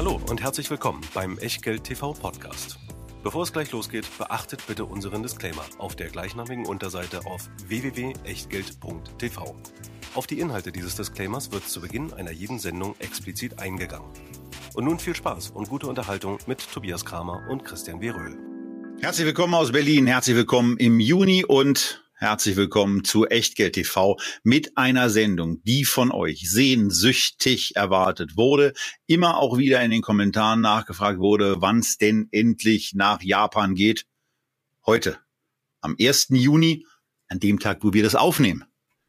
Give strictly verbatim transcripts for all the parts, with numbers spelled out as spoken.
Hallo und herzlich willkommen beim Echtgeld T V Podcast. Bevor es gleich losgeht, beachtet bitte unseren Disclaimer auf der gleichnamigen Unterseite auf w w w punkt echtgeld punkt t v. Auf die Inhalte dieses Disclaimers wird zu Beginn einer jeden Sendung explizit eingegangen. Und nun viel Spaß und gute Unterhaltung mit Tobias Kramer und Christian W. Röhl. Herzlich willkommen aus Berlin, herzlich willkommen im Juni und herzlich willkommen zu Echtgeld T V mit einer Sendung, die von euch sehnsüchtig erwartet wurde, immer auch wieder in den Kommentaren nachgefragt wurde, wann es denn endlich nach Japan geht. Heute, am ersten Juni, an dem Tag, wo wir das aufnehmen.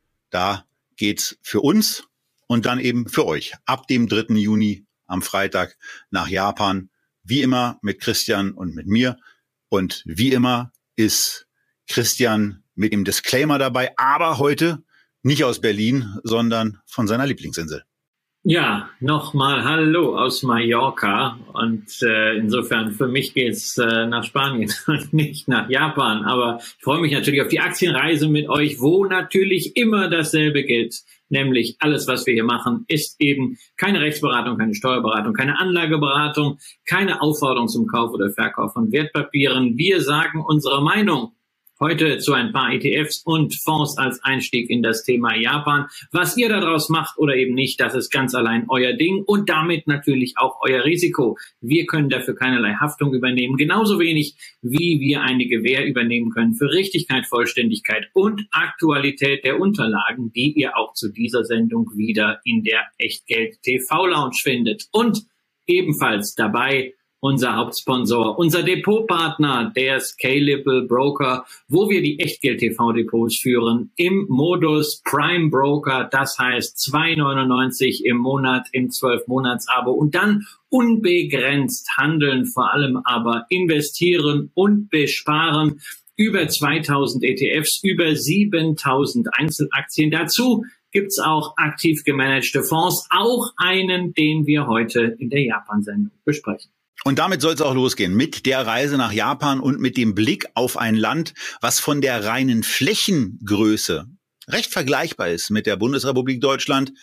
Da geht's für uns und dann eben für euch. Ab dem dritten Juni am Freitag nach Japan. Wie immer mit Christian und mit mir. Und wie immer ist Christian mit dem Disclaimer dabei, aber heute nicht aus Berlin, sondern von seiner Lieblingsinsel. Ja, nochmal Hallo aus Mallorca und äh, insofern für mich geht's äh, nach Spanien und nicht nach Japan, aber ich freue mich natürlich auf die Aktienreise mit euch, wo natürlich immer dasselbe gilt, nämlich alles, was wir hier machen, ist eben keine Rechtsberatung, keine Steuerberatung, keine Anlageberatung, keine Aufforderung zum Kauf oder Verkauf von Wertpapieren. Wir sagen unsere Meinung. Heute zu ein paar E T Fs und Fonds als Einstieg in das Thema Japan. Was ihr daraus macht oder eben nicht, das ist ganz allein euer Ding und damit natürlich auch euer Risiko. Wir können dafür keinerlei Haftung übernehmen, genauso wenig wie wir eine Gewähr übernehmen können für Richtigkeit, Vollständigkeit und Aktualität der Unterlagen, die ihr auch zu dieser Sendung wieder in der Echtgeld T V Lounge findet. Und ebenfalls dabei unser Hauptsponsor, unser Depotpartner, der Scalable Broker, wo wir die Echtgeld-T V-Depots führen im Modus Prime Broker, das heißt zwei neunundneunzig im Monat im zwölf-Monats-Abo und dann unbegrenzt handeln, vor allem aber investieren und besparen. Über zweitausend E T Fs, über siebentausend Einzelaktien. Dazu gibt's auch aktiv gemanagte Fonds, auch einen, den wir heute in der Japan-Sendung besprechen. Und damit soll es auch losgehen mit der Reise nach Japan und mit dem Blick auf ein Land, was von der reinen Flächengröße recht vergleichbar ist mit der Bundesrepublik Deutschland.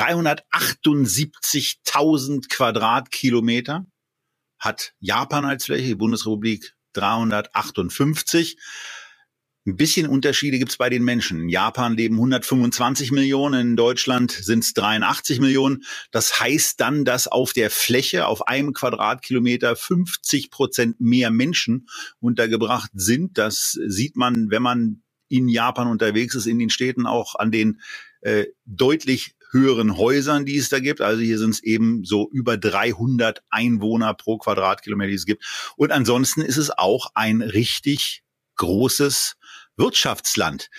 dreihundertachtundsiebzigtausend Quadratkilometer hat Japan als Fläche, die Bundesrepublik dreihundertachtundfünfzig. Ein bisschen Unterschiede gibt's bei den Menschen. In Japan leben hundertfünfundzwanzig Millionen, in Deutschland sind es dreiundachtzig Millionen. Das heißt dann, dass auf der Fläche, auf einem Quadratkilometer fünfzig Prozent mehr Menschen untergebracht sind. Das sieht man, wenn man in Japan unterwegs ist, in den Städten auch an den äh, deutlich höheren Häusern, die es da gibt. Also hier sind es eben so über dreihundert Einwohner pro Quadratkilometer, die es gibt. Und ansonsten ist es auch ein richtig großes Wirtschaftsland.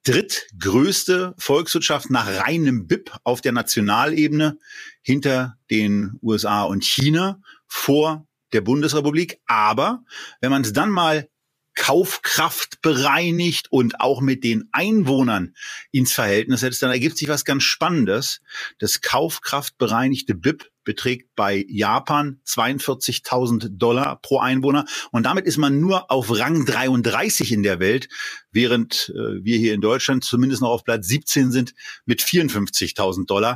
Drittgrößte Volkswirtschaft nach reinem B I P auf der Nationalebene hinter den U S A und China vor der Bundesrepublik. Aber wenn man es dann mal Kaufkraft bereinigt und auch mit den Einwohnern ins Verhältnis setzt, dann ergibt sich was ganz Spannendes. Das kaufkraftbereinigte B I P beträgt bei Japan zweiundvierzigtausend Dollar pro Einwohner und damit ist man nur auf Rang dreiunddreißig in der Welt, während äh, wir hier in Deutschland zumindest noch auf Platz siebzehn sind mit vierundfünfzigtausend Dollar.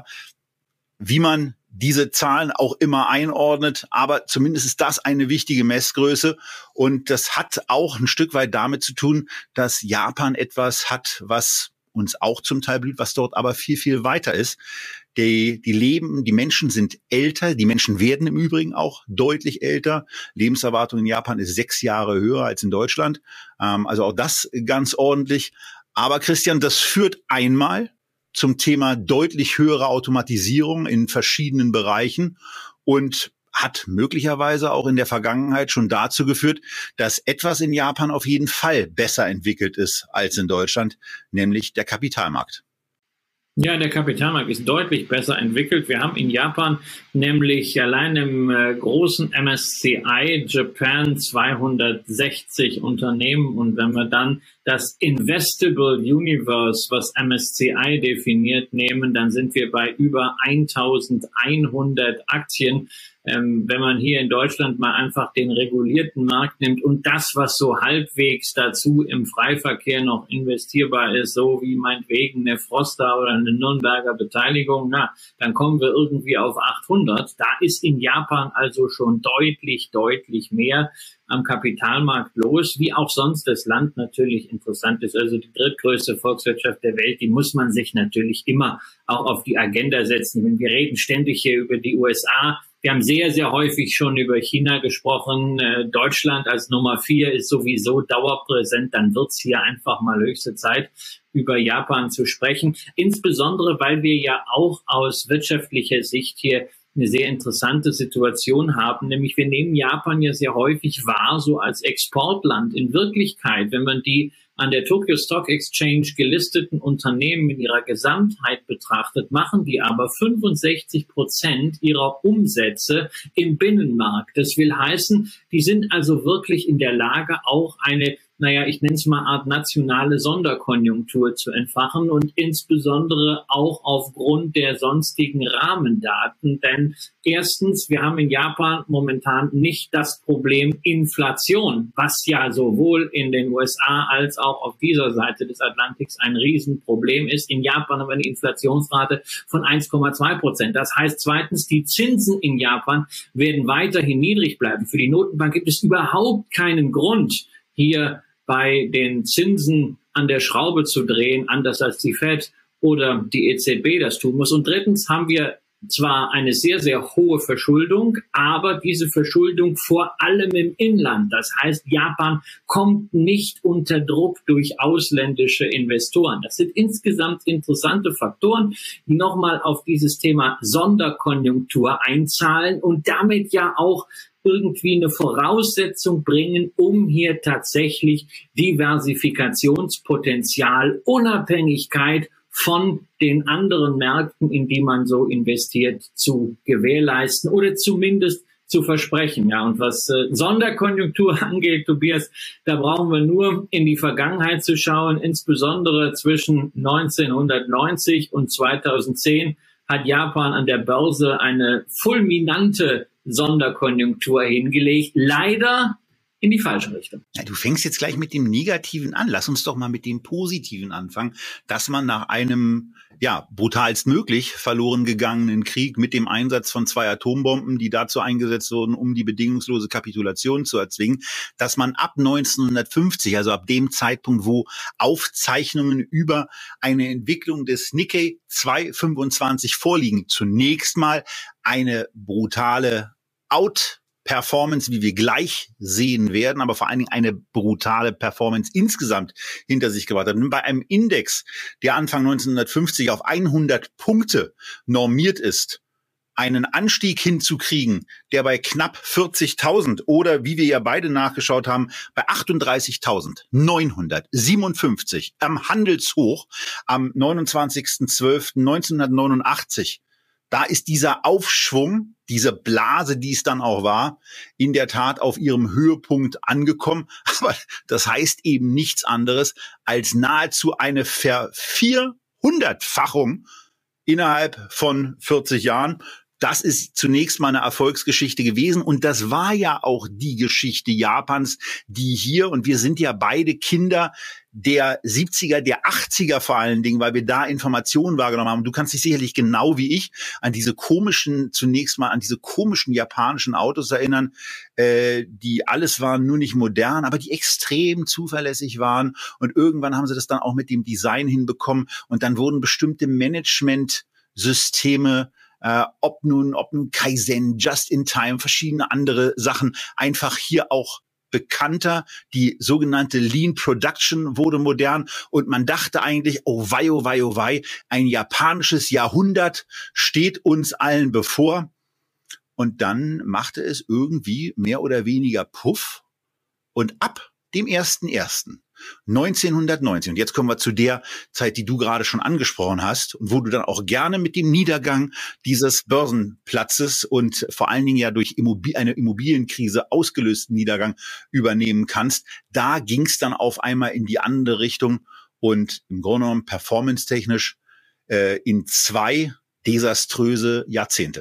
Wie man diese Zahlen auch immer einordnet, aber zumindest ist das eine wichtige Messgröße und das hat auch ein Stück weit damit zu tun, dass Japan etwas hat, was uns auch zum Teil blüht, was dort aber viel, viel weiter ist. Die, die Leben, die Menschen sind älter, die Menschen werden im Übrigen auch deutlich älter. Lebenserwartung in Japan ist sechs Jahre höher als in Deutschland, ähm, also auch das ganz ordentlich. Aber Christian, das führt einmal zum Thema deutlich höhere Automatisierung in verschiedenen Bereichen und hat möglicherweise auch in der Vergangenheit schon dazu geführt, dass etwas in Japan auf jeden Fall besser entwickelt ist als in Deutschland, nämlich der Kapitalmarkt. Ja, der Kapitalmarkt ist deutlich besser entwickelt. Wir haben in Japan nämlich allein im äh, großen M S C I Japan zweihundertsechzig Unternehmen und wenn wir dann das Investable Universe, was M S C I definiert, nehmen, dann sind wir bei über eintausendeinhundert Aktien. Ähm, wenn man hier in Deutschland mal einfach den regulierten Markt nimmt und das, was so halbwegs dazu im Freiverkehr noch investierbar ist, so wie meinetwegen eine Froster oder eine Nürnberger Beteiligung, na, dann kommen wir irgendwie auf achthundert. Da ist in Japan also schon deutlich, deutlich mehr am Kapitalmarkt los, wie auch sonst das Land natürlich interessant ist. Also die drittgrößte Volkswirtschaft der Welt, die muss man sich natürlich immer auch auf die Agenda setzen. Wir reden ständig hier über die U S A. Wir haben sehr, sehr häufig schon über China gesprochen. Äh, Deutschland als Nummer vier ist sowieso dauerpräsent. Dann wird's hier einfach mal höchste Zeit, über Japan zu sprechen. Insbesondere, weil wir ja auch aus wirtschaftlicher Sicht hier eine sehr interessante Situation haben, nämlich wir nehmen Japan ja sehr häufig wahr, so als Exportland. In Wirklichkeit, wenn man die an der Tokyo Stock Exchange gelisteten Unternehmen in ihrer Gesamtheit betrachtet, machen die aber fünfundsechzig Prozent ihrer Umsätze im Binnenmarkt. Das will heißen, die sind also wirklich in der Lage, auch eine, naja, ich nenne es mal Art nationale Sonderkonjunktur zu entfachen und insbesondere auch aufgrund der sonstigen Rahmendaten. Denn erstens, wir haben in Japan momentan nicht das Problem Inflation, was ja sowohl in den U S A als auch auf dieser Seite des Atlantiks ein Riesenproblem ist. In Japan haben wir eine Inflationsrate von eins Komma zwei Prozent. Das heißt zweitens, die Zinsen in Japan werden weiterhin niedrig bleiben. Für die Notenbank gibt es überhaupt keinen Grund, hier bei den Zinsen an der Schraube zu drehen, anders als die Fed oder die E Z B das tun muss. Und drittens haben wir zwar eine sehr, sehr hohe Verschuldung, aber diese Verschuldung vor allem im Inland. Das heißt, Japan kommt nicht unter Druck durch ausländische Investoren. Das sind insgesamt interessante Faktoren, die nochmal auf dieses Thema Sonderkonjunktur einzahlen und damit ja auch irgendwie eine Voraussetzung bringen, um hier tatsächlich Diversifikationspotenzial, Unabhängigkeit von den anderen Märkten, in die man so investiert, zu gewährleisten oder zumindest zu versprechen. Ja, und was äh, Sonderkonjunktur angeht, Tobias, da brauchen wir nur in die Vergangenheit zu schauen. Insbesondere zwischen neunzehnhundertneunzig und zweitausendzehn hat Japan an der Börse eine fulminante Sonderkonjunktur hingelegt. Leider in die falsche Richtung. Ja, du fängst jetzt gleich mit dem Negativen an. Lass uns doch mal mit dem Positiven anfangen, dass man nach einem, ja, brutalst möglich verloren gegangenen Krieg mit dem Einsatz von zwei Atombomben, die dazu eingesetzt wurden, um die bedingungslose Kapitulation zu erzwingen, dass man ab neunzehnhundertfünfzig, also ab dem Zeitpunkt, wo Aufzeichnungen über eine Entwicklung des Nikkei zweihundertfünfundzwanzig vorliegen, zunächst mal eine brutale Out Performance, wie wir gleich sehen werden, aber vor allen Dingen eine brutale Performance insgesamt hinter sich gebracht hat. Und bei einem Index, der Anfang neunzehnhundertfünfzig auf hundert Punkte normiert ist, einen Anstieg hinzukriegen, der bei knapp vierzigtausend oder, wie wir ja beide nachgeschaut haben, bei achtunddreißigtausendneunhundertsiebenundfünfzig am Handelshoch am neunundzwanzigsten zwölften neunzehnhundertneunundachtzig, da ist dieser Aufschwung, diese Blase, die es dann auch war, in der Tat auf ihrem Höhepunkt angekommen. Aber das heißt eben nichts anderes als nahezu eine Vervierhundertfachung innerhalb von vierzig Jahren. Das ist zunächst mal eine Erfolgsgeschichte gewesen. Und das war ja auch die Geschichte Japans, die hier, und wir sind ja beide Kinder der siebziger, der achtziger vor allen Dingen, weil wir da Informationen wahrgenommen haben. Du kannst dich sicherlich genau wie ich an diese komischen, zunächst mal an diese komischen japanischen Autos erinnern, äh, die alles waren, nur nicht modern, aber die extrem zuverlässig waren. Und irgendwann haben sie das dann auch mit dem Design hinbekommen. Und dann wurden bestimmte Managementsysteme, äh, ob nun, ob nun Kaizen, Just in Time, verschiedene andere Sachen, einfach hier auch bekannter. Die sogenannte Lean Production wurde modern und man dachte eigentlich, oh wei, oh wei, oh wei, ein japanisches Jahrhundert steht uns allen bevor. Und dann machte es irgendwie mehr oder weniger Puff und ab dem ersten ersten neunzehnhundertneunzig, und jetzt kommen wir zu der Zeit, die du gerade schon angesprochen hast und wo du dann auch gerne mit dem Niedergang dieses Börsenplatzes und vor allen Dingen ja durch Immobil- eine Immobilienkrise ausgelösten Niedergang übernehmen kannst. Da ging es dann auf einmal in die andere Richtung und im Grunde genommen performance-technisch äh, in zwei desaströse Jahrzehnte.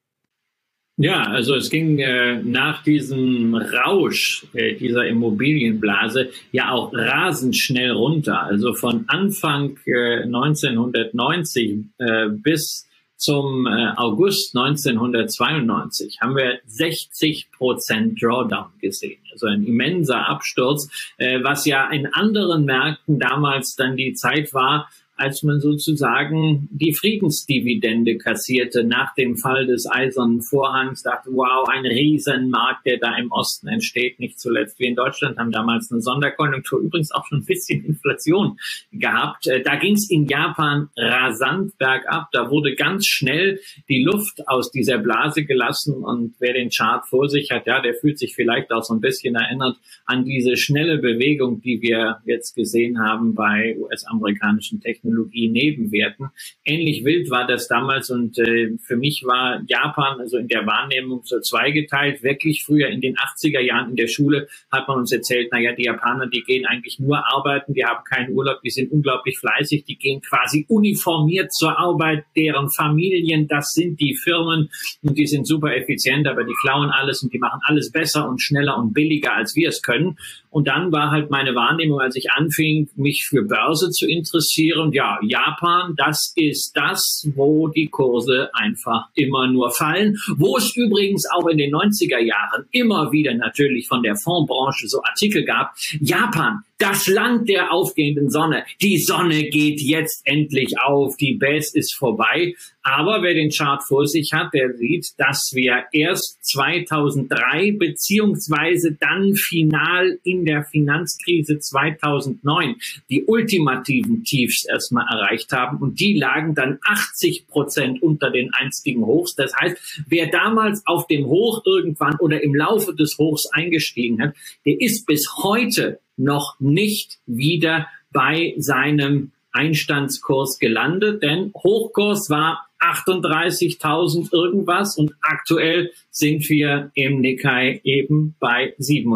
Ja, also es ging äh, nach diesem Rausch äh, dieser Immobilienblase ja auch rasend schnell runter. Also von Anfang äh, neunzehnhundertneunzig äh, bis zum äh, August neunzehnhundertzweiundneunzig haben wir sechzig Prozent Drawdown gesehen. Also ein immenser Absturz, äh, was ja in anderen Märkten damals dann die Zeit war, als man sozusagen die Friedensdividende kassierte nach dem Fall des Eisernen Vorhangs, dachte, wow, ein Riesenmarkt, der da im Osten entsteht. Nicht zuletzt wir in Deutschland haben damals eine Sonderkonjunktur, übrigens auch schon ein bisschen Inflation gehabt. Da ging es in Japan rasant bergab. Da wurde ganz schnell die Luft aus dieser Blase gelassen. Und wer den Chart vor sich hat, ja, der fühlt sich vielleicht auch so ein bisschen erinnert an diese schnelle Bewegung, die wir jetzt gesehen haben bei U S-amerikanischen Technologien. Nebenwerten. Ähnlich wild war das damals und äh, für mich war Japan also in der Wahrnehmung so zweigeteilt. Wirklich früher in den achtziger Jahren in der Schule hat man uns erzählt, naja, die Japaner, die gehen eigentlich nur arbeiten, die haben keinen Urlaub, die sind unglaublich fleißig, die gehen quasi uniformiert zur Arbeit, deren Familien, das sind die Firmen und die sind super effizient, aber die klauen alles und die machen alles besser und schneller und billiger, als wir es können. Und dann war halt meine Wahrnehmung, als ich anfing, mich für Börse zu interessieren, ja, Japan, das ist das, wo die Kurse einfach immer nur fallen, wo es übrigens auch in den neunziger Jahren immer wieder natürlich von der Fondsbranche so Artikel gab. Japan, das Land der aufgehenden Sonne. Die Sonne geht jetzt endlich auf, die Baisse ist vorbei. Aber wer den Chart vor sich hat, der sieht, dass wir erst zweitausenddrei beziehungsweise dann final in der Finanzkrise zweitausendneun die ultimativen Tiefs erstmal erreicht haben. Und die lagen dann achtzig Prozent unter den einstigen Hochs. Das heißt, wer damals auf dem Hoch irgendwann oder im Laufe des Hochs eingestiegen hat, der ist bis heute noch nicht wieder bei seinem Einstandskurs gelandet, denn Hochkurs war achtunddreißigtausend irgendwas und aktuell sind wir im Nikkei eben bei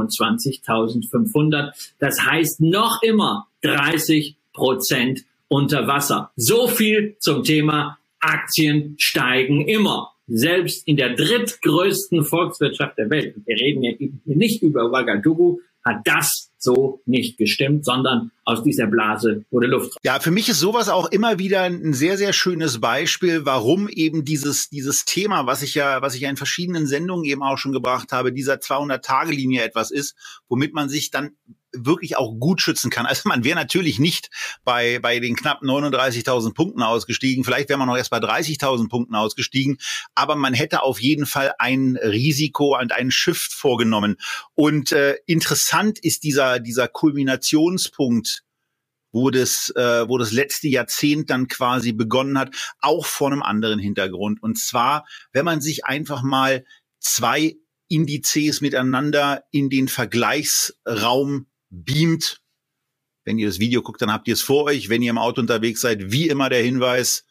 siebenundzwanzigtausendfünfhundert. Das heißt noch immer dreißig Prozent unter Wasser. So viel zum Thema Aktien steigen immer. Selbst in der drittgrößten Volkswirtschaft der Welt, wir reden ja nicht über Ouagadougou, hat das so nicht gestimmt, sondern aus dieser Blase wurde Luft raus. Ja, für mich ist sowas auch immer wieder ein sehr, sehr schönes Beispiel, warum eben dieses dieses Thema, was ich ja, was ich ja in verschiedenen Sendungen eben auch schon gebracht habe, dieser zweihundert-Tage-Linie etwas ist, womit man sich dann wirklich auch gut schützen kann. Also man wäre natürlich nicht bei bei den knapp neununddreißigtausend Punkten ausgestiegen, vielleicht wäre man noch erst bei dreißigtausend Punkten ausgestiegen, aber man hätte auf jeden Fall ein Risiko und einen Shift vorgenommen. Und äh, interessant ist dieser dieser Kulminationspunkt, wo das äh, wo das letzte Jahrzehnt dann quasi begonnen hat, auch vor einem anderen Hintergrund. Und zwar, wenn man sich einfach mal zwei Indizes miteinander in den Vergleichsraum beamt. Wenn ihr das Video guckt, dann habt ihr es vor euch. Wenn ihr im Auto unterwegs seid, wie immer der Hinweis,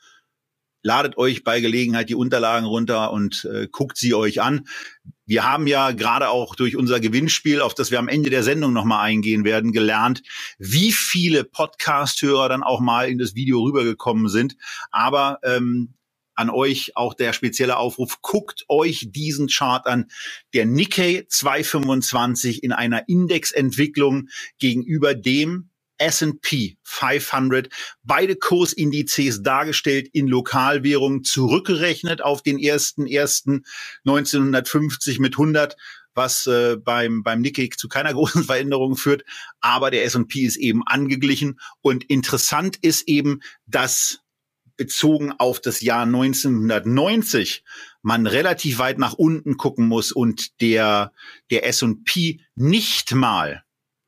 ladet euch bei Gelegenheit die Unterlagen runter und äh, guckt sie euch an. Wir haben ja gerade auch durch unser Gewinnspiel, auf das wir am Ende der Sendung nochmal eingehen werden, gelernt, wie viele Podcast-Hörer dann auch mal in das Video rübergekommen sind. Aber ähm, an euch auch der spezielle Aufruf, guckt euch diesen Chart an. Der Nikkei zweihundertfünfundzwanzig in einer Indexentwicklung gegenüber dem S and P fünfhundert. Beide Kursindizes dargestellt in Lokalwährung, zurückgerechnet auf den ersten ersten neunzehnhundertfünfzig mit hundert, was äh, beim beim Nikkei zu keiner großen Veränderung führt. Aber der S and P ist eben angeglichen. Und interessant ist eben, dass bezogen auf das Jahr neunzehnhundertneunzig man relativ weit nach unten gucken muss und der der S and P nicht mal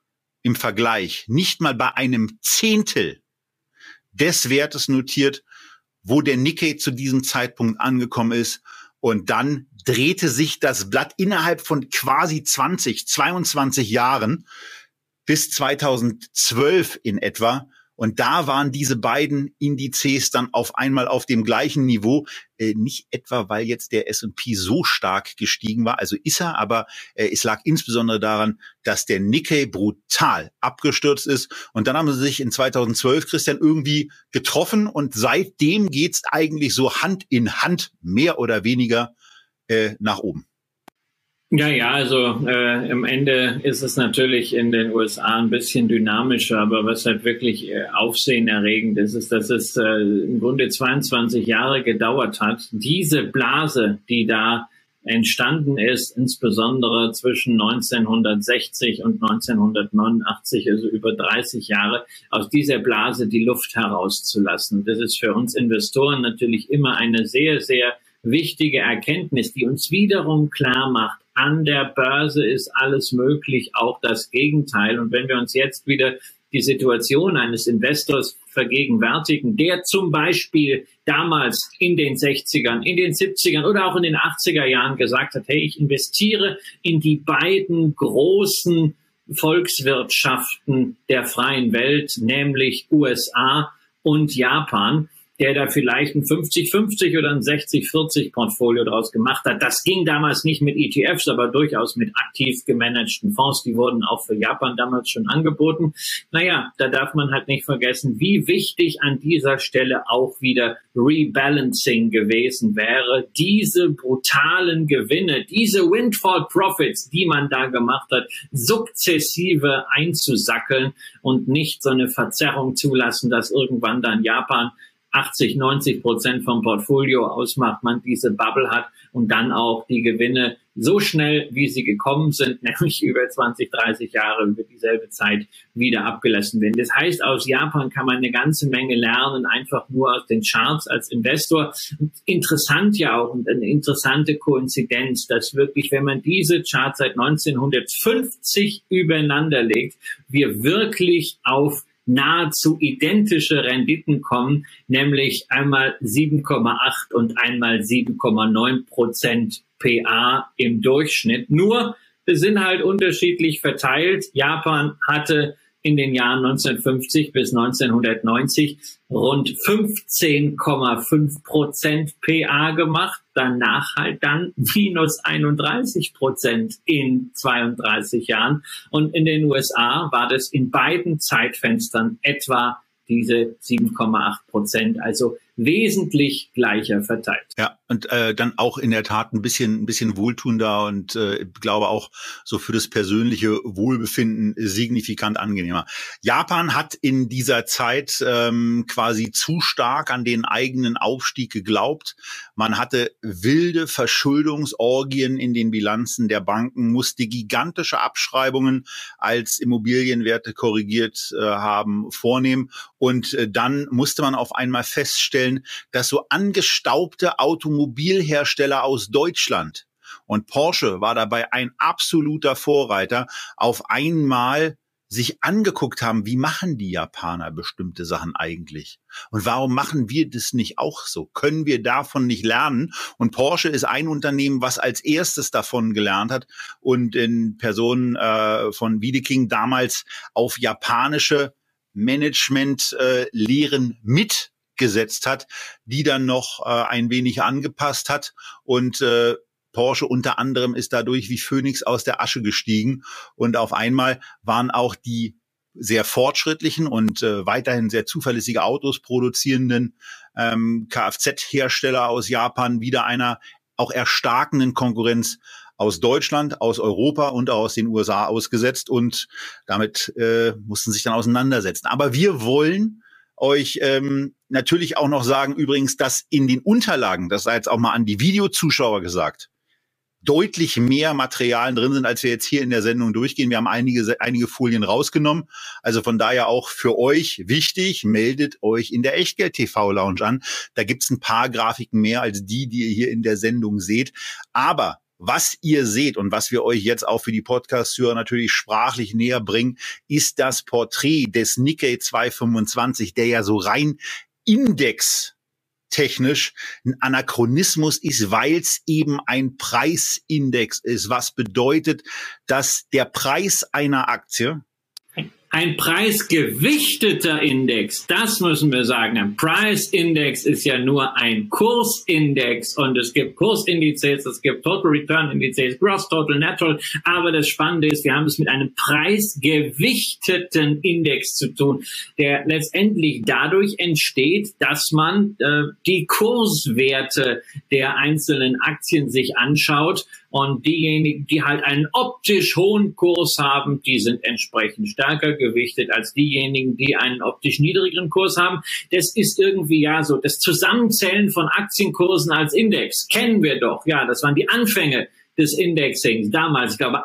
im Vergleich, nicht mal bei einem Zehntel des Wertes notiert, wo der Nikkei zu diesem Zeitpunkt angekommen ist. Und dann drehte sich das Blatt innerhalb von quasi zwanzig, zweiundzwanzig Jahren. bis zweitausendzwölf in etwa. Und da waren diese beiden Indizes dann auf einmal auf dem gleichen Niveau. Äh, nicht etwa, weil jetzt der S und P so stark gestiegen war, also ist er, aber äh, es lag insbesondere daran, dass der Nikkei brutal abgestürzt ist. Und dann haben sie sich in zweitausendzwölf, Christian, irgendwie getroffen. Und seitdem geht's eigentlich so Hand in Hand, mehr oder weniger, äh, nach oben. Ja, ja, also äh, im Ende ist es natürlich in den U S A ein bisschen dynamischer, aber was halt wirklich äh, aufsehenerregend ist, ist, dass es äh, im Grunde zweiundzwanzig Jahre gedauert hat. Diese Blase, die da entstanden ist, insbesondere zwischen neunzehnhundertsechzig und neunzehnhundertneunundachtzig, also über dreißig Jahre, aus dieser Blase die Luft herauszulassen. Das ist für uns Investoren natürlich immer eine sehr, sehr wichtige Erkenntnis, die uns wiederum klar macht, an der Börse ist alles möglich, auch das Gegenteil. Und wenn wir uns jetzt wieder die Situation eines Investors vergegenwärtigen, der zum Beispiel damals in den sechzigern, in den siebzigern oder auch in den achtziger Jahren gesagt hat, hey, ich investiere in die beiden großen Volkswirtschaften der freien Welt, nämlich U S A und Japan, der da vielleicht ein fünfzig fünfzig oder ein sechzig vierzig Portfolio draus gemacht hat. Das ging damals nicht mit E T Fs, aber durchaus mit aktiv gemanagten Fonds. Die wurden auch für Japan damals schon angeboten. Naja, da darf man halt nicht vergessen, wie wichtig an dieser Stelle auch wieder Rebalancing gewesen wäre. Diese brutalen Gewinne, diese Windfall Profits, die man da gemacht hat, sukzessive einzusackeln und nicht so eine Verzerrung zulassen, dass irgendwann dann Japan achtzig, neunzig Prozent vom Portfolio ausmacht, man diese Bubble hat und dann auch die Gewinne so schnell, wie sie gekommen sind, nämlich über zwanzig, dreißig Jahre, über dieselbe Zeit wieder abgelassen werden. Das heißt, aus Japan kann man eine ganze Menge lernen, einfach nur aus den Charts als Investor. Und interessant ja auch und eine interessante Koinzidenz, dass wirklich, wenn man diese Charts seit neunzehnhundertfünfzig übereinander legt, wir wirklich auf nahezu identische Renditen kommen, nämlich einmal sieben Komma acht und einmal sieben Komma neun Prozent P A im Durchschnitt. Nur, wir sind halt unterschiedlich verteilt. Japan hatte in den Jahren neunzehnhundertfünfzig bis neunzehnhundertneunzig rund fünfzehn Komma fünf Prozent P A gemacht, danach halt dann minus einunddreißig Prozent in zweiunddreißig Jahren. Und in den U S A war das in beiden Zeitfenstern etwa diese sieben Komma acht Prozent, also wesentlich gleicher verteilt. Ja, und äh, dann auch in der Tat ein bisschen ein bisschen wohltuender und äh, glaube auch so für das persönliche Wohlbefinden signifikant angenehmer. Japan hat in dieser Zeit ähm, quasi zu stark an den eigenen Aufstieg geglaubt. Man hatte wilde Verschuldungsorgien in den Bilanzen der Banken, musste gigantische Abschreibungen, als Immobilienwerte korrigiert äh, haben, vornehmen. Und äh, dann musste man auf einmal feststellen, dass so angestaubte Automobilhersteller aus Deutschland, und Porsche war dabei ein absoluter Vorreiter, auf einmal sich angeguckt haben, wie machen die Japaner bestimmte Sachen eigentlich? Und warum machen wir das nicht auch so? Können wir davon nicht lernen? Und Porsche ist ein Unternehmen, was als erstes davon gelernt hat und in Person äh, von Wiedeking damals auf japanische Management-Lehren äh, mit gesetzt hat, die dann noch äh, ein wenig angepasst hat und äh, Porsche unter anderem ist dadurch wie Phönix aus der Asche gestiegen und auf einmal waren auch die sehr fortschrittlichen und äh, weiterhin sehr zuverlässige Autos produzierenden ähm, Kfz-Hersteller aus Japan wieder einer auch erstarkenden Konkurrenz aus Deutschland, aus Europa und auch aus den U S A ausgesetzt und damit äh, mussten sich dann auseinandersetzen. Aber wir wollen euch ähm, natürlich auch noch sagen, übrigens, dass in den Unterlagen, das sei jetzt auch mal an die Videozuschauer gesagt, deutlich mehr Materialien drin sind, als wir jetzt hier in der Sendung durchgehen. Wir haben einige einige Folien rausgenommen. Also von daher auch für euch wichtig, meldet euch in der Echtgeld-T V-Lounge an. Da gibt's ein paar Grafiken mehr als die, die ihr hier in der Sendung seht. Aber was ihr seht und was wir euch jetzt auch für die Podcast-Hörer natürlich sprachlich näher bringen, ist das Porträt des Nikkei zweihundertfünfundzwanzig, der ja so rein indextechnisch ein Anachronismus ist, weil es eben ein Preisindex ist, was bedeutet, dass der Preis einer Aktie Ein preisgewichteter Index, das müssen wir sagen. Ein Price Index ist ja nur ein Kursindex und es gibt Kursindizes, es gibt Total Return Indizes, Gross Total, Net Total. Aber das Spannende ist, wir haben es mit einem preisgewichteten Index zu tun, der letztendlich dadurch entsteht, dass man äh, die Kurswerte der einzelnen Aktien sich anschaut. Und diejenigen, die halt einen optisch hohen Kurs haben, die sind entsprechend stärker gewichtet als diejenigen, die einen optisch niedrigeren Kurs haben. Das ist irgendwie ja so, das Zusammenzählen von Aktienkursen als Index kennen wir doch. Ja, das waren die Anfänge des Indexings damals, ich glaube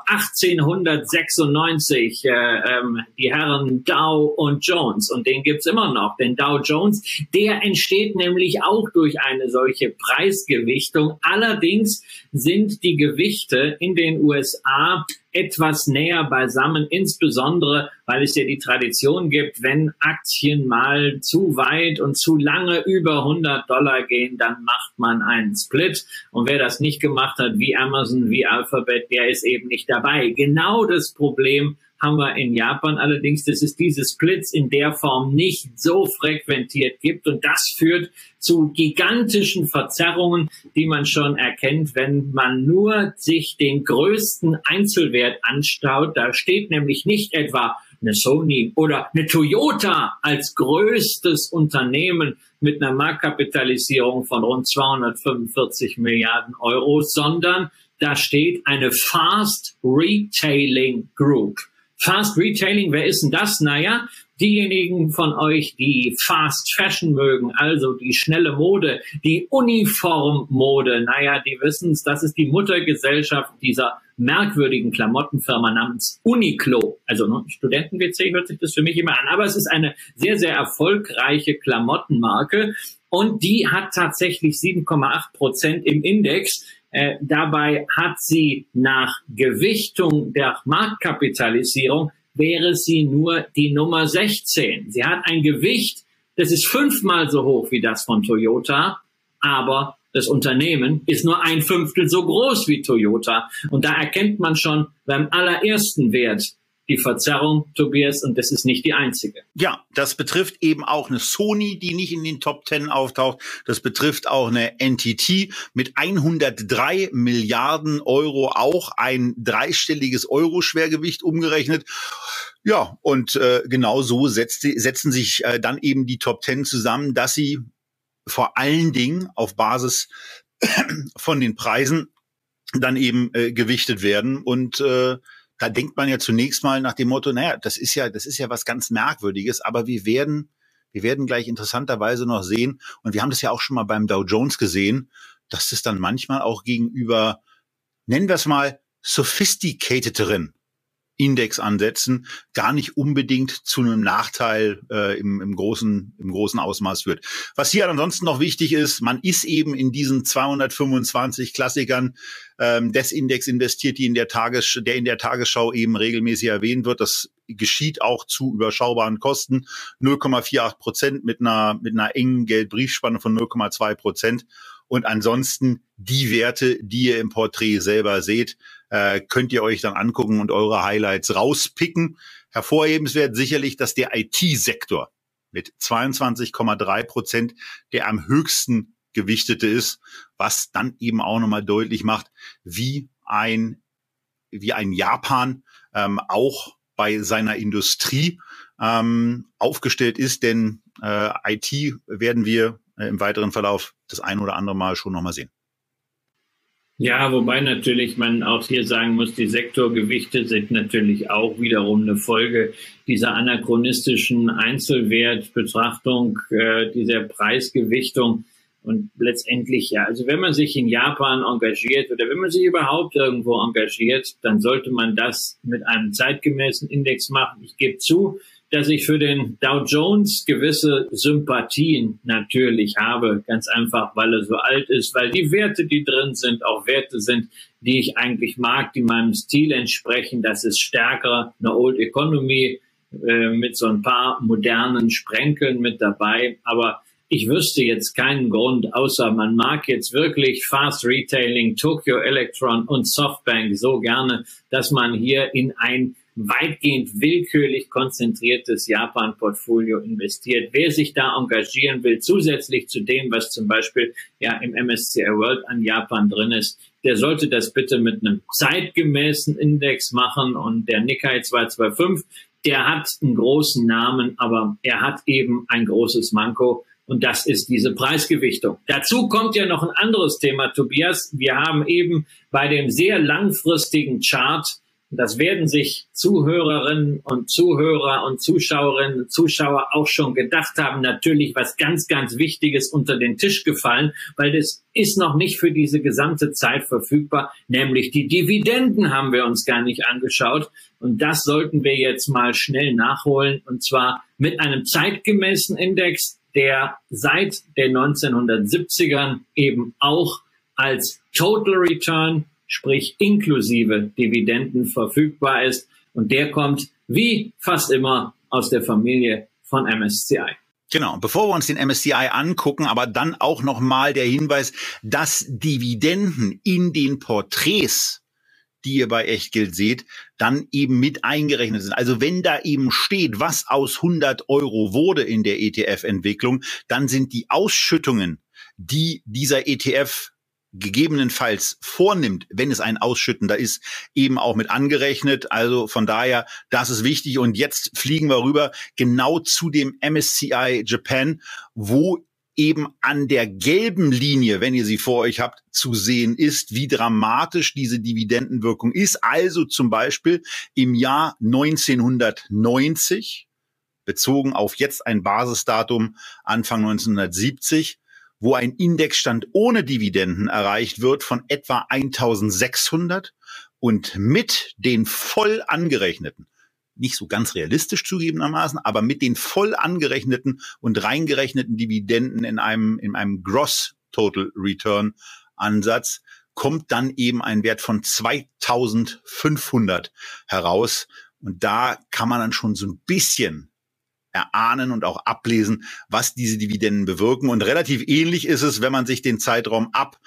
achtzehnhundertsechsundneunzig, äh, ähm, die Herren Dow und Jones, und den gibt's immer noch, den Dow Jones, der entsteht nämlich auch durch eine solche Preisgewichtung. Allerdings sind die Gewichte in den U S A etwas näher beisammen, insbesondere, weil es ja die Tradition gibt, wenn Aktien mal zu weit und zu lange über hundert Dollar gehen, dann macht man einen Split. Und wer das nicht gemacht hat, wie Amazon, wie Alphabet, der ist eben nicht dabei. Genau das Problem haben wir in Japan allerdings, dass es diese Splits in der Form nicht so frequentiert gibt. Und das führt zu gigantischen Verzerrungen, die man schon erkennt, wenn man nur sich den größten Einzelwert anschaut. Da steht nämlich nicht etwa eine Sony oder eine Toyota als größtes Unternehmen mit einer Marktkapitalisierung von rund zweihundertfünfundvierzig Milliarden Euro, sondern da steht eine Fast Retailing Group. Fast Retailing, wer ist denn das? Naja, diejenigen von euch, die Fast Fashion mögen, also die schnelle Mode, die Uniformmode, naja, die wissen es, das ist die Muttergesellschaft dieser merkwürdigen Klamottenfirma namens Uniqlo. Also ne, Studenten-W C hört sich das für mich immer an, aber es ist eine sehr, sehr erfolgreiche Klamottenmarke und die hat tatsächlich sieben Komma acht Prozent im Index. Äh, dabei hat sie nach Gewichtung der Marktkapitalisierung, wäre sie nur die Nummer sechzehn. Sie hat ein Gewicht, das ist fünfmal so hoch wie das von Toyota, aber das Unternehmen ist nur ein Fünftel so groß wie Toyota. Und da erkennt man schon beim allerersten Wert die Verzerrung, Tobias, und das ist nicht die einzige. Ja, das betrifft eben auch eine Sony, die nicht in den Top Ten auftaucht. Das betrifft auch eine N T T mit hundertdrei Milliarden Euro, auch ein dreistelliges Euro-Schwergewicht umgerechnet. Ja, und äh, genau so setzt, setzen sich äh, dann eben die Top Ten zusammen, dass sie vor allen Dingen auf Basis von den Preisen dann eben äh, gewichtet werden. Und äh, da denkt man ja zunächst mal nach dem Motto, naja, das ist ja, das ist ja was ganz Merkwürdiges, aber wir werden, wir werden gleich interessanterweise noch sehen, und wir haben das ja auch schon mal beim Dow Jones gesehen, dass es dann manchmal auch gegenüber, nennen wir es mal, sophisticatederen Indexansätzen gar nicht unbedingt zu einem Nachteil äh, im, im großen im großen Ausmaß führt. Was hier ansonsten noch wichtig ist, man ist eben in diesen zweihundertfünfundzwanzig Klassikern ähm, des Index investiert, die in der Tages der in der Tagesschau eben regelmäßig erwähnt wird. Das geschieht auch zu überschaubaren Kosten, null Komma achtundvierzig Prozent mit einer mit einer engen Geldbriefspanne von null Komma zwei Prozent. Und ansonsten die Werte, die ihr im Porträt selber seht, äh, könnt ihr euch dann angucken und eure Highlights rauspicken. Hervorhebenswert sicherlich, dass der I T-Sektor mit zweiundzwanzig Komma drei Prozent der am höchsten gewichtete ist, was dann eben auch nochmal deutlich macht, wie ein, wie ein Japan ähm, auch bei seiner Industrie ähm, aufgestellt ist, denn äh, I T werden wir äh, im weiteren Verlauf das ein oder andere Mal schon nochmal sehen. Ja, wobei natürlich man auch hier sagen muss, die Sektorgewichte sind natürlich auch wiederum eine Folge dieser anachronistischen Einzelwertbetrachtung, äh, dieser Preisgewichtung. Und letztendlich, ja, also wenn man sich in Japan engagiert oder wenn man sich überhaupt irgendwo engagiert, dann sollte man das mit einem zeitgemäßen Index machen. Ich gebe zu, dass ich für den Dow Jones gewisse Sympathien natürlich habe, ganz einfach, weil er so alt ist, weil die Werte, die drin sind, auch Werte sind, die ich eigentlich mag, die meinem Stil entsprechen. Das ist stärker eine Old Economy äh, mit so ein paar modernen Sprenkeln mit dabei, aber ich wüsste jetzt keinen Grund, außer man mag jetzt wirklich Fast Retailing, Tokyo Electron und Softbank so gerne, dass man hier in ein weitgehend willkürlich konzentriertes Japan-Portfolio investiert. Wer sich da engagieren will, zusätzlich zu dem, was zum Beispiel ja im M S C I World an Japan drin ist, der sollte das bitte mit einem zeitgemäßen Index machen. Und der Nikkei zweihunderfünfundzwanzig, der hat einen großen Namen, aber er hat eben ein großes Manko. Und das ist diese Preisgewichtung. Dazu kommt ja noch ein anderes Thema, Tobias. Wir haben eben bei dem sehr langfristigen Chart, das werden sich Zuhörerinnen und Zuhörer und Zuschauerinnen und Zuschauer auch schon gedacht haben, natürlich was ganz, ganz Wichtiges unter den Tisch gefallen, weil das ist noch nicht für diese gesamte Zeit verfügbar, nämlich die Dividenden haben wir uns gar nicht angeschaut. Und das sollten wir jetzt mal schnell nachholen, und zwar mit einem zeitgemäßen Index, der seit den neunzehnhundertsiebzigern eben auch als Total Return, sprich inklusive Dividenden, verfügbar ist. Und der kommt wie fast immer aus der Familie von M S C I. Genau, bevor wir uns den M S C I angucken, aber dann auch nochmal der Hinweis, dass Dividenden in den Porträts, die ihr bei Echtgeld seht, dann eben mit eingerechnet sind. Also wenn da eben steht, was aus hundert Euro wurde in der E T F-Entwicklung, dann sind die Ausschüttungen, die dieser E T F gegebenenfalls vornimmt, wenn es ein Ausschüttender ist, eben auch mit angerechnet. Also von daher, das ist wichtig. Und jetzt fliegen wir rüber genau zu dem M S C I Japan, wo eben an der gelben Linie, wenn ihr sie vor euch habt, zu sehen ist, wie dramatisch diese Dividendenwirkung ist. Also zum Beispiel im Jahr neunzehnhundertneunzig, bezogen auf jetzt ein Basisdatum Anfang neunzehnhundertsiebzig, wo ein Indexstand ohne Dividenden erreicht wird von etwa eintausendsechshundert und mit den voll angerechneten, nicht so ganz realistisch zugegebenermaßen, aber mit den voll angerechneten und reingerechneten Dividenden in einem, in einem Gross Total Return Ansatz kommt dann eben ein Wert von zweitausendfünfhundert heraus. Und da kann man dann schon so ein bisschen erahnen und auch ablesen, was diese Dividenden bewirken. Und relativ ähnlich ist es, wenn man sich den Zeitraum ab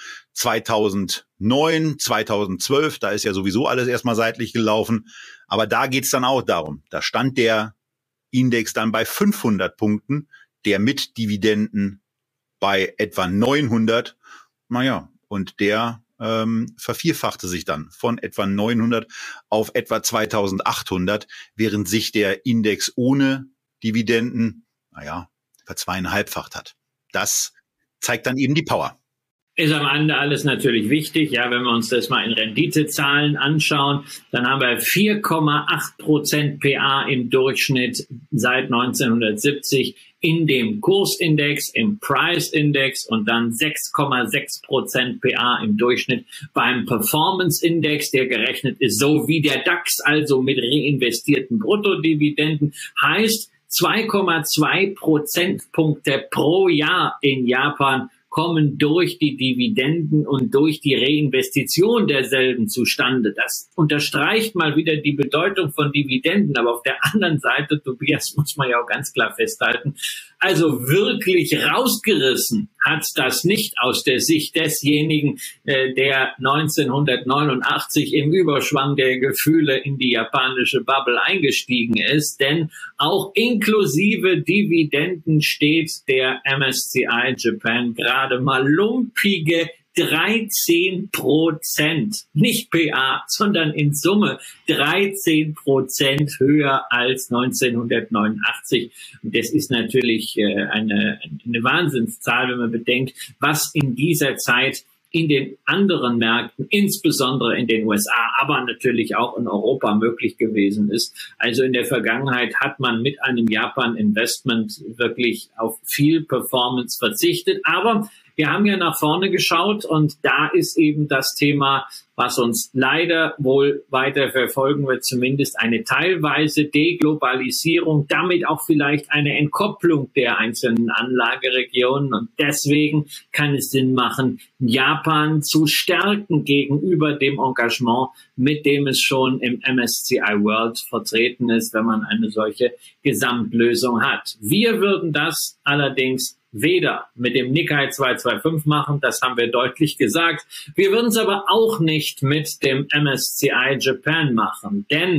zweitausendneun, zweitausendzwölf, da ist ja sowieso alles erstmal seitlich gelaufen, aber da geht's dann auch darum. Da stand der Index dann bei fünfhundert Punkten, der mit Dividenden bei etwa neunhundert. Naja, und der ähm, vervierfachte sich dann von etwa neunhundert auf etwa zweitausendachthundert, während sich der Index ohne Dividenden, naja, verzweieinhalbfacht hat. Das zeigt dann eben die Power. Ist am Ende alles natürlich wichtig. Ja, wenn wir uns das mal in Renditezahlen anschauen, dann haben wir vier Komma acht Prozent P A im Durchschnitt seit neunzehnhundertsiebzig in dem Kursindex, im Price Index und dann sechs Komma sechs Prozent P A im Durchschnitt beim Performance Index, der gerechnet ist, so wie der DAX, also mit reinvestierten Bruttodividenden, heißt zwei Komma zwei Prozentpunkte pro Jahr in Japan kommen durch die Dividenden und durch die Reinvestition derselben zustande. Das unterstreicht mal wieder die Bedeutung von Dividenden. Aber auf der anderen Seite, Tobias, muss man ja auch ganz klar festhalten, also wirklich rausgerissen hat das nicht aus der Sicht desjenigen, äh, der neunzehnhundertneunundachtzig im Überschwang der Gefühle in die japanische Bubble eingestiegen ist. Denn auch inklusive Dividenden steht der M S C I Japan gerade mal lumpige dreizehn Prozent, nicht P A, sondern in Summe dreizehn Prozent höher als neunzehnhundertneunundachtzig. Und das ist natürlich äh, eine, eine Wahnsinnszahl, wenn man bedenkt, was in dieser Zeit in den anderen Märkten, insbesondere in den U S A, aber natürlich auch in Europa möglich gewesen ist. Also in der Vergangenheit hat man mit einem Japan-Investment wirklich auf viel Performance verzichtet. Aber wir haben ja nach vorne geschaut und da ist eben das Thema, was uns leider wohl weiter verfolgen wird, zumindest eine teilweise Deglobalisierung, damit auch vielleicht eine Entkopplung der einzelnen Anlageregionen. Und deswegen kann es Sinn machen, Japan zu stärken gegenüber dem Engagement, mit dem es schon im M S C I World vertreten ist, wenn man eine solche Gesamtlösung hat. Wir würden das allerdings weder mit dem Nikkei zweihundertfünfundzwanzig machen, das haben wir deutlich gesagt. Wir würden es aber auch nicht mit dem M S C I Japan machen, denn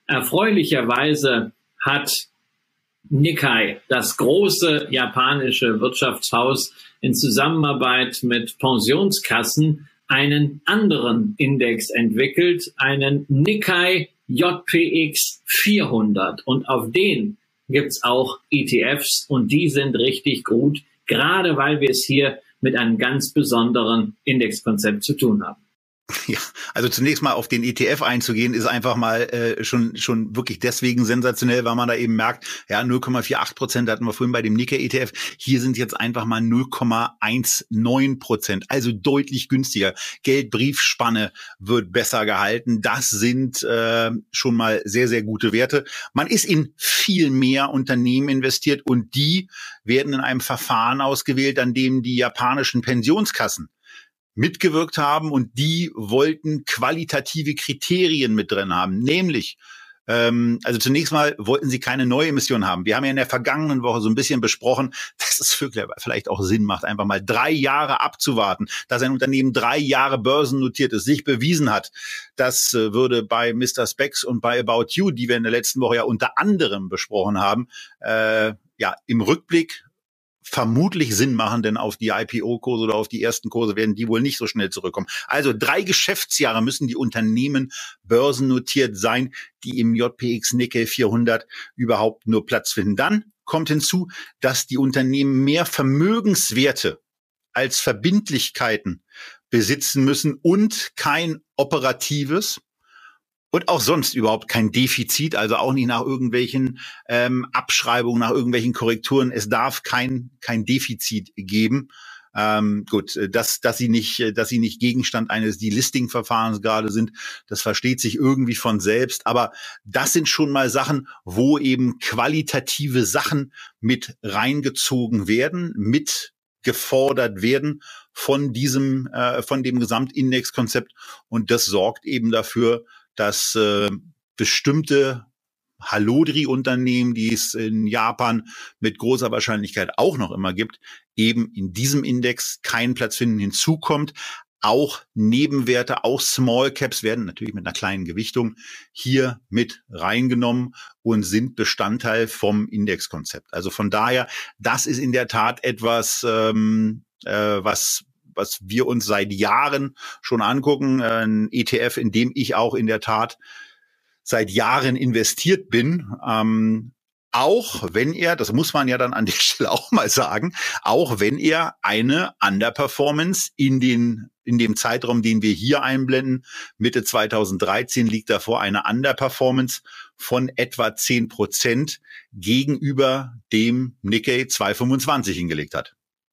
Erfreulicherweise hat Nikkei, das große japanische Wirtschaftshaus, in Zusammenarbeit mit Pensionskassen einen anderen Index entwickelt, einen Nikkei J P X vierhundert. Und auf den gibt's auch E T Fs und die sind richtig gut, gerade weil wir es hier mit einem ganz besonderen Indexkonzept zu tun haben. Ja, also zunächst mal auf den E T F einzugehen, ist einfach mal äh, schon schon wirklich deswegen sensationell, weil man da eben merkt, ja, null Komma achtundvierzig Prozent hatten wir vorhin bei dem Nikkei E T F. Hier sind jetzt einfach mal null Komma neunzehn Prozent, also deutlich günstiger. Geldbriefspanne wird besser gehalten. Das sind äh, schon mal sehr, sehr gute Werte. Man ist in viel mehr Unternehmen investiert und die werden in einem Verfahren ausgewählt, an dem die japanischen Pensionskassen mitgewirkt haben und die wollten qualitative Kriterien mit drin haben, nämlich, ähm, also zunächst mal wollten sie keine Neuemission haben. Wir haben ja in der vergangenen Woche so ein bisschen besprochen, dass es vielleicht auch Sinn macht, einfach mal drei Jahre abzuwarten, dass ein Unternehmen drei Jahre börsennotiert ist, sich bewiesen hat. Das äh, würde bei Mister Spex und bei About You, die wir in der letzten Woche ja unter anderem besprochen haben, äh, ja im Rückblick vermutlich Sinn machen, denn auf die I P O-Kurse oder auf die ersten Kurse werden die wohl nicht so schnell zurückkommen. Also drei Geschäftsjahre müssen die Unternehmen börsennotiert sein, die im J P X Nikkei vierhundert überhaupt nur Platz finden. Dann kommt hinzu, dass die Unternehmen mehr Vermögenswerte als Verbindlichkeiten besitzen müssen und kein operatives und auch sonst überhaupt kein Defizit, also auch nicht nach irgendwelchen ähm, Abschreibungen, nach irgendwelchen Korrekturen. Es darf kein kein Defizit geben. Ähm, gut, dass dass sie nicht dass sie nicht Gegenstand eines Delisting-Verfahrens gerade sind, das versteht sich irgendwie von selbst. Aber das sind schon mal Sachen, wo eben qualitative Sachen mit reingezogen werden, mit gefordert werden von diesem äh, von dem Gesamtindexkonzept, und das sorgt eben dafür, dass äh, bestimmte Hallodri-Unternehmen, die es in Japan mit großer Wahrscheinlichkeit auch noch immer gibt, eben in diesem Index keinen Platz finden. Hinzu kommt, auch Nebenwerte, auch Small Caps werden natürlich mit einer kleinen Gewichtung hier mit reingenommen und sind Bestandteil vom Indexkonzept. Also von daher, das ist in der Tat etwas, ähm, äh, was was wir uns seit Jahren schon angucken, ein E T F, in dem ich auch in der Tat seit Jahren investiert bin, ähm, auch wenn er, das muss man ja dann an der Stelle auch mal sagen, auch wenn er eine Underperformance in den in dem Zeitraum, den wir hier einblenden, Mitte zweitausenddreizehn liegt davor eine Underperformance von etwa zehn Prozent gegenüber dem Nikkei zweihundertfünfundzwanzig hingelegt hat.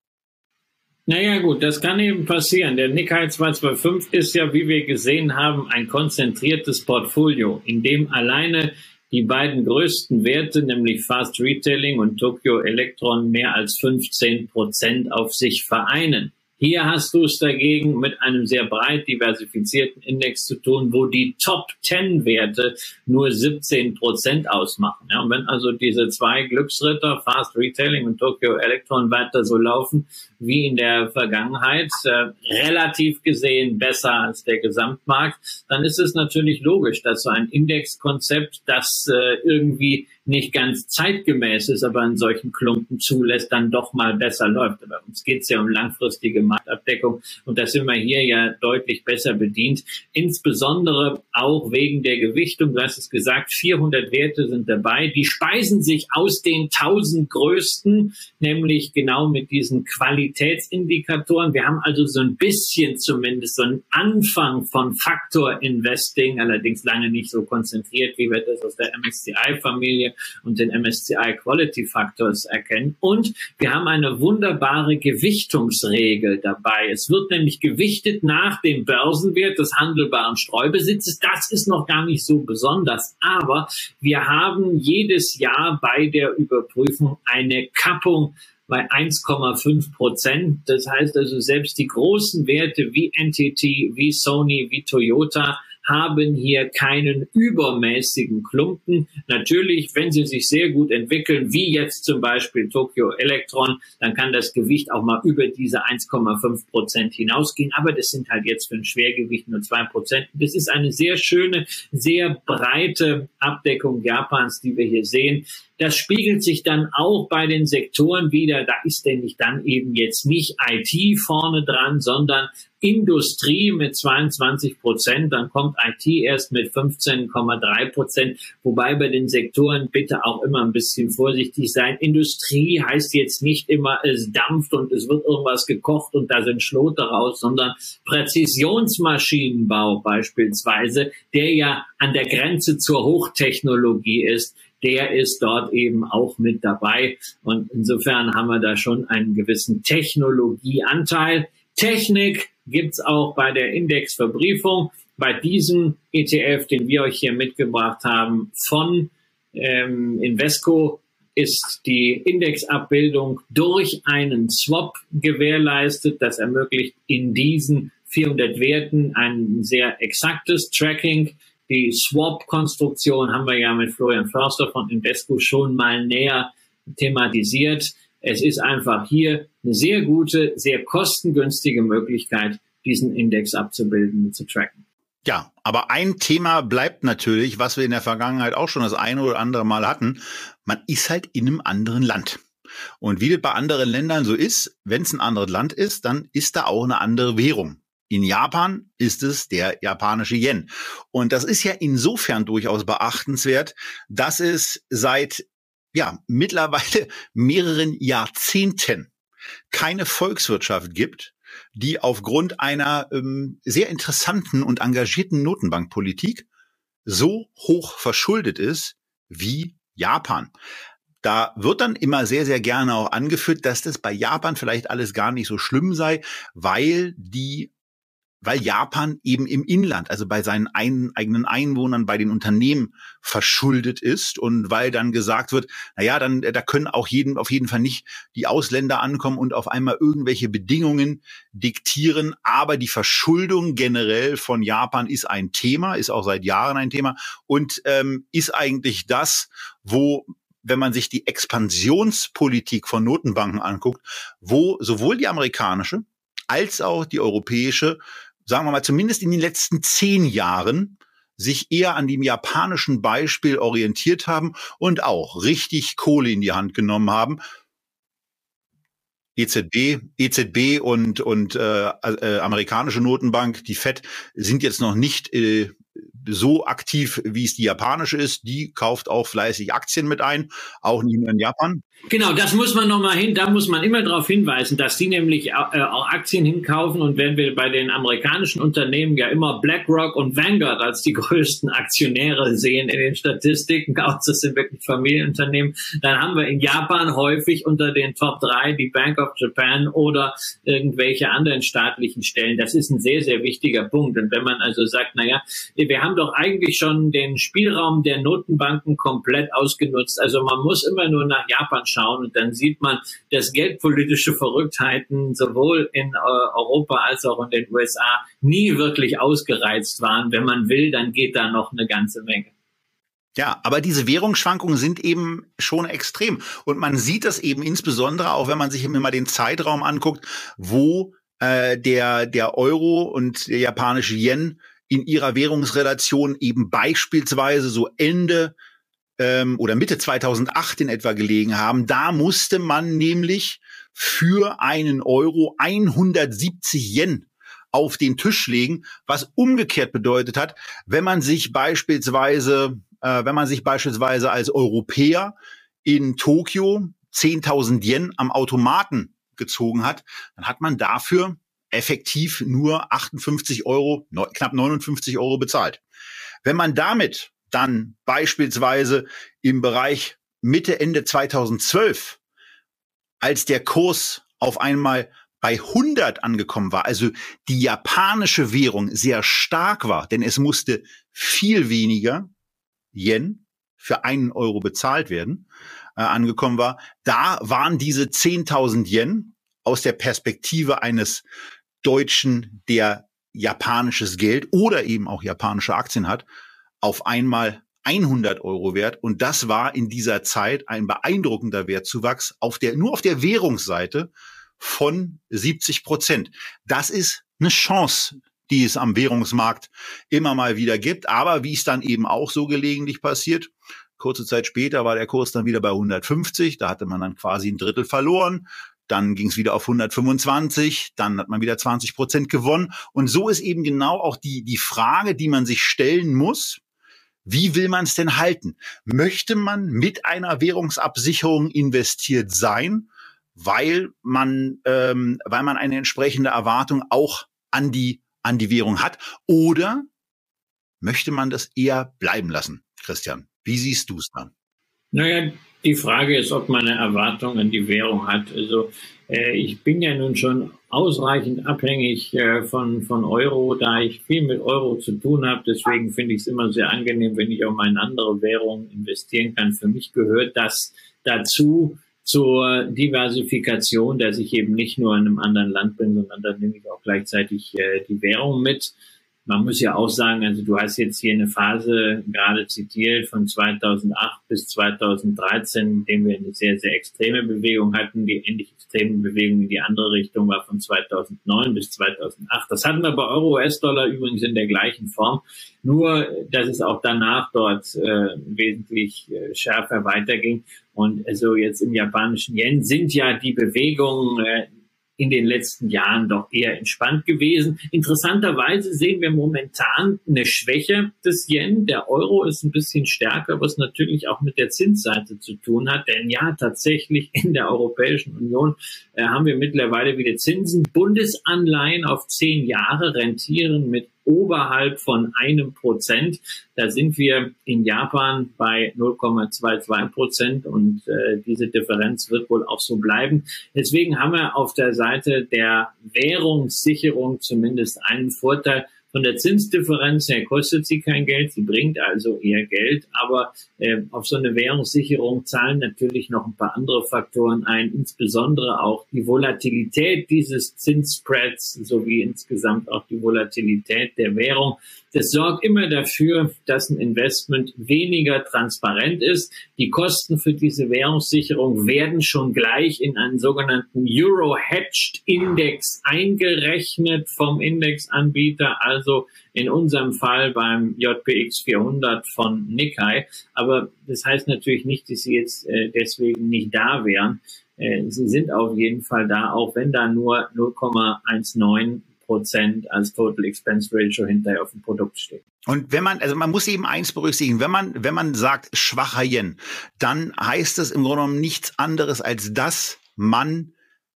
Naja gut, das kann eben passieren. Der Nikkei zweihundertfünfundzwanzig ist ja, wie wir gesehen haben, ein konzentriertes Portfolio, in dem alleine die beiden größten Werte, nämlich Fast Retailing und Tokyo Electron, mehr als fünfzehn Prozent auf sich vereinen. Hier hast du es dagegen mit einem sehr breit diversifizierten Index zu tun, wo die Top zehn Werte nur siebzehn Prozent ausmachen. Ja, und wenn also diese zwei Glücksritter, Fast Retailing und Tokyo Electron, weiter so laufen wie in der Vergangenheit, äh, relativ gesehen besser als der Gesamtmarkt, dann ist es natürlich logisch, dass so ein Indexkonzept, das äh, irgendwie nicht ganz zeitgemäß ist, aber in solchen Klumpen zulässt, dann doch mal besser läuft. Aber uns geht es ja um langfristige Marktabdeckung und da sind wir hier ja deutlich besser bedient. Insbesondere auch wegen der Gewichtung. Du hast es gesagt, vierhundert Werte sind dabei. Die speisen sich aus den tausend größten, nämlich genau mit diesen Qualitätsindikatoren. Wir haben also so ein bisschen zumindest so einen Anfang von Faktor-Investing, allerdings lange nicht so konzentriert, wie wir das aus der M S C I-Familie und den M S C I Quality Factors erkennen. Und wir haben eine wunderbare Gewichtungsregel dabei. Es wird nämlich gewichtet nach dem Börsenwert des handelbaren Streubesitzes. Das ist noch gar nicht so besonders, aber wir haben jedes Jahr bei der Überprüfung eine Kappung bei eins Komma fünf Prozent. Das heißt also, selbst die großen Werte wie N T T, wie Sony, wie Toyota haben hier keinen übermäßigen Klumpen. Natürlich, wenn sie sich sehr gut entwickeln, wie jetzt zum Beispiel Tokyo Electron, dann kann das Gewicht auch mal über diese eins Komma fünf Prozent hinausgehen. Aber das sind halt jetzt für ein Schwergewicht nur zwei Prozent. Das ist eine sehr schöne, sehr breite Abdeckung Japans, die wir hier sehen. Das spiegelt sich dann auch bei den Sektoren wieder. Da ist nämlich dann eben jetzt nicht I T vorne dran, sondern Industrie mit zweiundzwanzig Prozent. Dann kommt I T erst mit fünfzehn Komma drei Prozent. Wobei bei den Sektoren bitte auch immer ein bisschen vorsichtig sein. Industrie heißt jetzt nicht immer, es dampft und es wird irgendwas gekocht und da sind Schlote raus, sondern Präzisionsmaschinenbau beispielsweise, der ja an der Grenze zur Hochtechnologie ist, der ist dort eben auch mit dabei. Und insofern haben wir da schon einen gewissen Technologieanteil. Technik gibt's auch bei der Indexverbriefung. Bei diesem E T F, den wir euch hier mitgebracht haben, von ähm, Invesco, ist die Indexabbildung durch einen Swap gewährleistet. Das ermöglicht in diesen vierhundert Werten ein sehr exaktes Tracking. Die Swap-Konstruktion haben wir ja mit Florian Förster von Invesco schon mal näher thematisiert. Es ist einfach hier eine sehr gute, sehr kostengünstige Möglichkeit, diesen Index abzubilden und zu tracken. Ja, aber ein Thema bleibt natürlich, was wir in der Vergangenheit auch schon das eine oder andere Mal hatten. Man ist halt in einem anderen Land. Und wie das bei anderen Ländern so ist, wenn es ein anderes Land ist, dann ist da auch eine andere Währung. In Japan ist es der japanische Yen. Und das ist ja insofern durchaus beachtenswert, dass es seit ja mittlerweile mehreren Jahrzehnten keine Volkswirtschaft gibt, die aufgrund einer ähm, sehr interessanten und engagierten Notenbankpolitik so hoch verschuldet ist wie Japan. Da wird dann immer sehr, sehr gerne auch angeführt, dass das bei Japan vielleicht alles gar nicht so schlimm sei, weil die weil Japan eben im Inland, also bei seinen ein, eigenen Einwohnern, bei den Unternehmen verschuldet ist und weil dann gesagt wird, na ja, dann da können auch jeden auf jeden Fall nicht die Ausländer ankommen und auf einmal irgendwelche Bedingungen diktieren, aber die Verschuldung generell von Japan ist ein Thema, ist auch seit Jahren ein Thema und ähm, ist eigentlich das, wo, wenn man sich die Expansionspolitik von Notenbanken anguckt, wo sowohl die amerikanische als auch die europäische, sagen wir mal, zumindest in den letzten zehn Jahren sich eher an dem japanischen Beispiel orientiert haben und auch richtig Kohle in die Hand genommen haben. E Z B, E Z B und und äh, äh, amerikanische Notenbank, die Fed, sind jetzt noch nicht äh, so aktiv, wie es die japanische ist. Die kauft auch fleißig Aktien mit ein, auch nicht nur in Japan. Genau, das muss man nochmal hin, da muss man immer darauf hinweisen, dass die nämlich äh, auch Aktien hinkaufen und wenn wir bei den amerikanischen Unternehmen ja immer BlackRock und Vanguard als die größten Aktionäre sehen in den Statistiken, auch das sind wirklich Familienunternehmen, dann haben wir in Japan häufig unter den Top drei die Bank of Japan oder irgendwelche anderen staatlichen Stellen. Das ist ein sehr, sehr wichtiger Punkt. Und wenn man also sagt, naja, wir haben doch eigentlich schon den Spielraum der Notenbanken komplett ausgenutzt. Also man muss immer nur nach Japan schauen und dann sieht man, dass geldpolitische Verrücktheiten sowohl in äh, Europa als auch in den U S A nie wirklich ausgereizt waren. Wenn man will, dann geht da noch eine ganze Menge. Ja, aber diese Währungsschwankungen sind eben schon extrem. Und man sieht das eben insbesondere auch, wenn man sich immer mal den Zeitraum anguckt, wo äh, der, der Euro und der japanische Yen in ihrer Währungsrelation eben beispielsweise so Ende ähm, oder Mitte zweitausendacht in etwa gelegen haben. Da musste man nämlich für einen Euro hundertsiebzig Yen auf den Tisch legen, was umgekehrt bedeutet hat, wenn man sich beispielsweise, äh, wenn man sich beispielsweise als Europäer in Tokio zehntausend Yen am Automaten gezogen hat, dann hat man dafür effektiv nur achtundfünfzig Euro, knapp neunundfünfzig Euro bezahlt. Wenn man damit dann beispielsweise im Bereich Mitte, Ende zweitausendzwölf, als der Kurs auf einmal bei hundert angekommen war, also die japanische Währung sehr stark war, denn es musste viel weniger Yen für einen Euro bezahlt werden, äh, angekommen war, da waren diese zehntausend Yen aus der Perspektive eines Deutschen, der japanisches Geld oder eben auch japanische Aktien hat, auf einmal hundert Euro wert. Und das war in dieser Zeit ein beeindruckender Wertzuwachs auf der, nur auf der Währungsseite von siebzig Prozent. Das ist eine Chance, die es am Währungsmarkt immer mal wieder gibt. Aber wie es dann eben auch so gelegentlich passiert, kurze Zeit später war der Kurs dann wieder bei hundertfünfzig. Da hatte man dann quasi ein Drittel verloren. Dann ging es wieder auf hundertfünfundzwanzig. Dann hat man wieder zwanzig Prozent gewonnen. Und so ist eben genau auch die, die Frage, die man sich stellen muss. Wie will man es denn halten? Möchte man mit einer Währungsabsicherung investiert sein, weil man, ähm, weil man eine entsprechende Erwartung auch an die, an die Währung hat? Oder möchte man das eher bleiben lassen? Christian, wie siehst du es dann? Naja, die Frage ist, ob man eine Erwartung an die Währung hat. Also äh, ich bin ja nun schon ausreichend abhängig äh, von von Euro, da ich viel mit Euro zu tun habe. Deswegen finde ich es immer sehr angenehm, wenn ich auch mal in andere Währungen investieren kann. Für mich gehört das dazu, zur Diversifikation, dass ich eben nicht nur in einem anderen Land bin, sondern dann nehme ich auch gleichzeitig äh, die Währung mit. Man muss ja auch sagen, also du hast jetzt hier eine Phase gerade zitiert von zweitausendacht bis zweitausenddreizehn, in dem wir eine sehr, sehr extreme Bewegung hatten. Die ähnlich extreme Bewegung in die andere Richtung war von zweitausendneun bis zweitausendacht. Das hatten wir bei Euro-U S-Dollar übrigens in der gleichen Form. Nur, dass es auch danach dort äh, wesentlich äh, schärfer weiterging. Und also jetzt im japanischen Yen sind ja die Bewegungen äh, in den letzten Jahren doch eher entspannt gewesen. Interessanterweise sehen wir momentan eine Schwäche des Yen. Der Euro ist ein bisschen stärker, was natürlich auch mit der Zinsseite zu tun hat. Denn ja, tatsächlich in der Europäischen Union äh, haben wir mittlerweile wieder Zinsen. Bundesanleihen auf zehn Jahre rentieren mit oberhalb von einem Prozent. Da sind wir in Japan bei null Komma zweiundzwanzig Prozent und äh, diese Differenz wird wohl auch so bleiben. Deswegen haben wir auf der Seite der Währungssicherung zumindest einen Vorteil. Von der Zinsdifferenz her kostet sie kein Geld, sie bringt also eher Geld, aber äh, auf so eine Währungssicherung zahlen natürlich noch ein paar andere Faktoren ein, insbesondere auch die Volatilität dieses Zinsspreads sowie insgesamt auch die Volatilität der Währung. Das sorgt immer dafür, dass ein Investment weniger transparent ist. Die Kosten für diese Währungssicherung werden schon gleich in einen sogenannten Euro-Hedged Index eingerechnet vom Indexanbieter, also in unserem Fall beim J P X vierhundert von Nikkei. Aber das heißt natürlich nicht, dass sie jetzt äh, deswegen nicht da wären. Äh, sie sind auf jeden Fall da, auch wenn da nur null Komma neunzehn Prozent als Total Expense Ratio hinterher auf dem Produkt steht. Und wenn man, also man muss eben eins berücksichtigen, wenn man, wenn man sagt schwacher Yen, dann heißt es im Grunde genommen nichts anderes, als dass man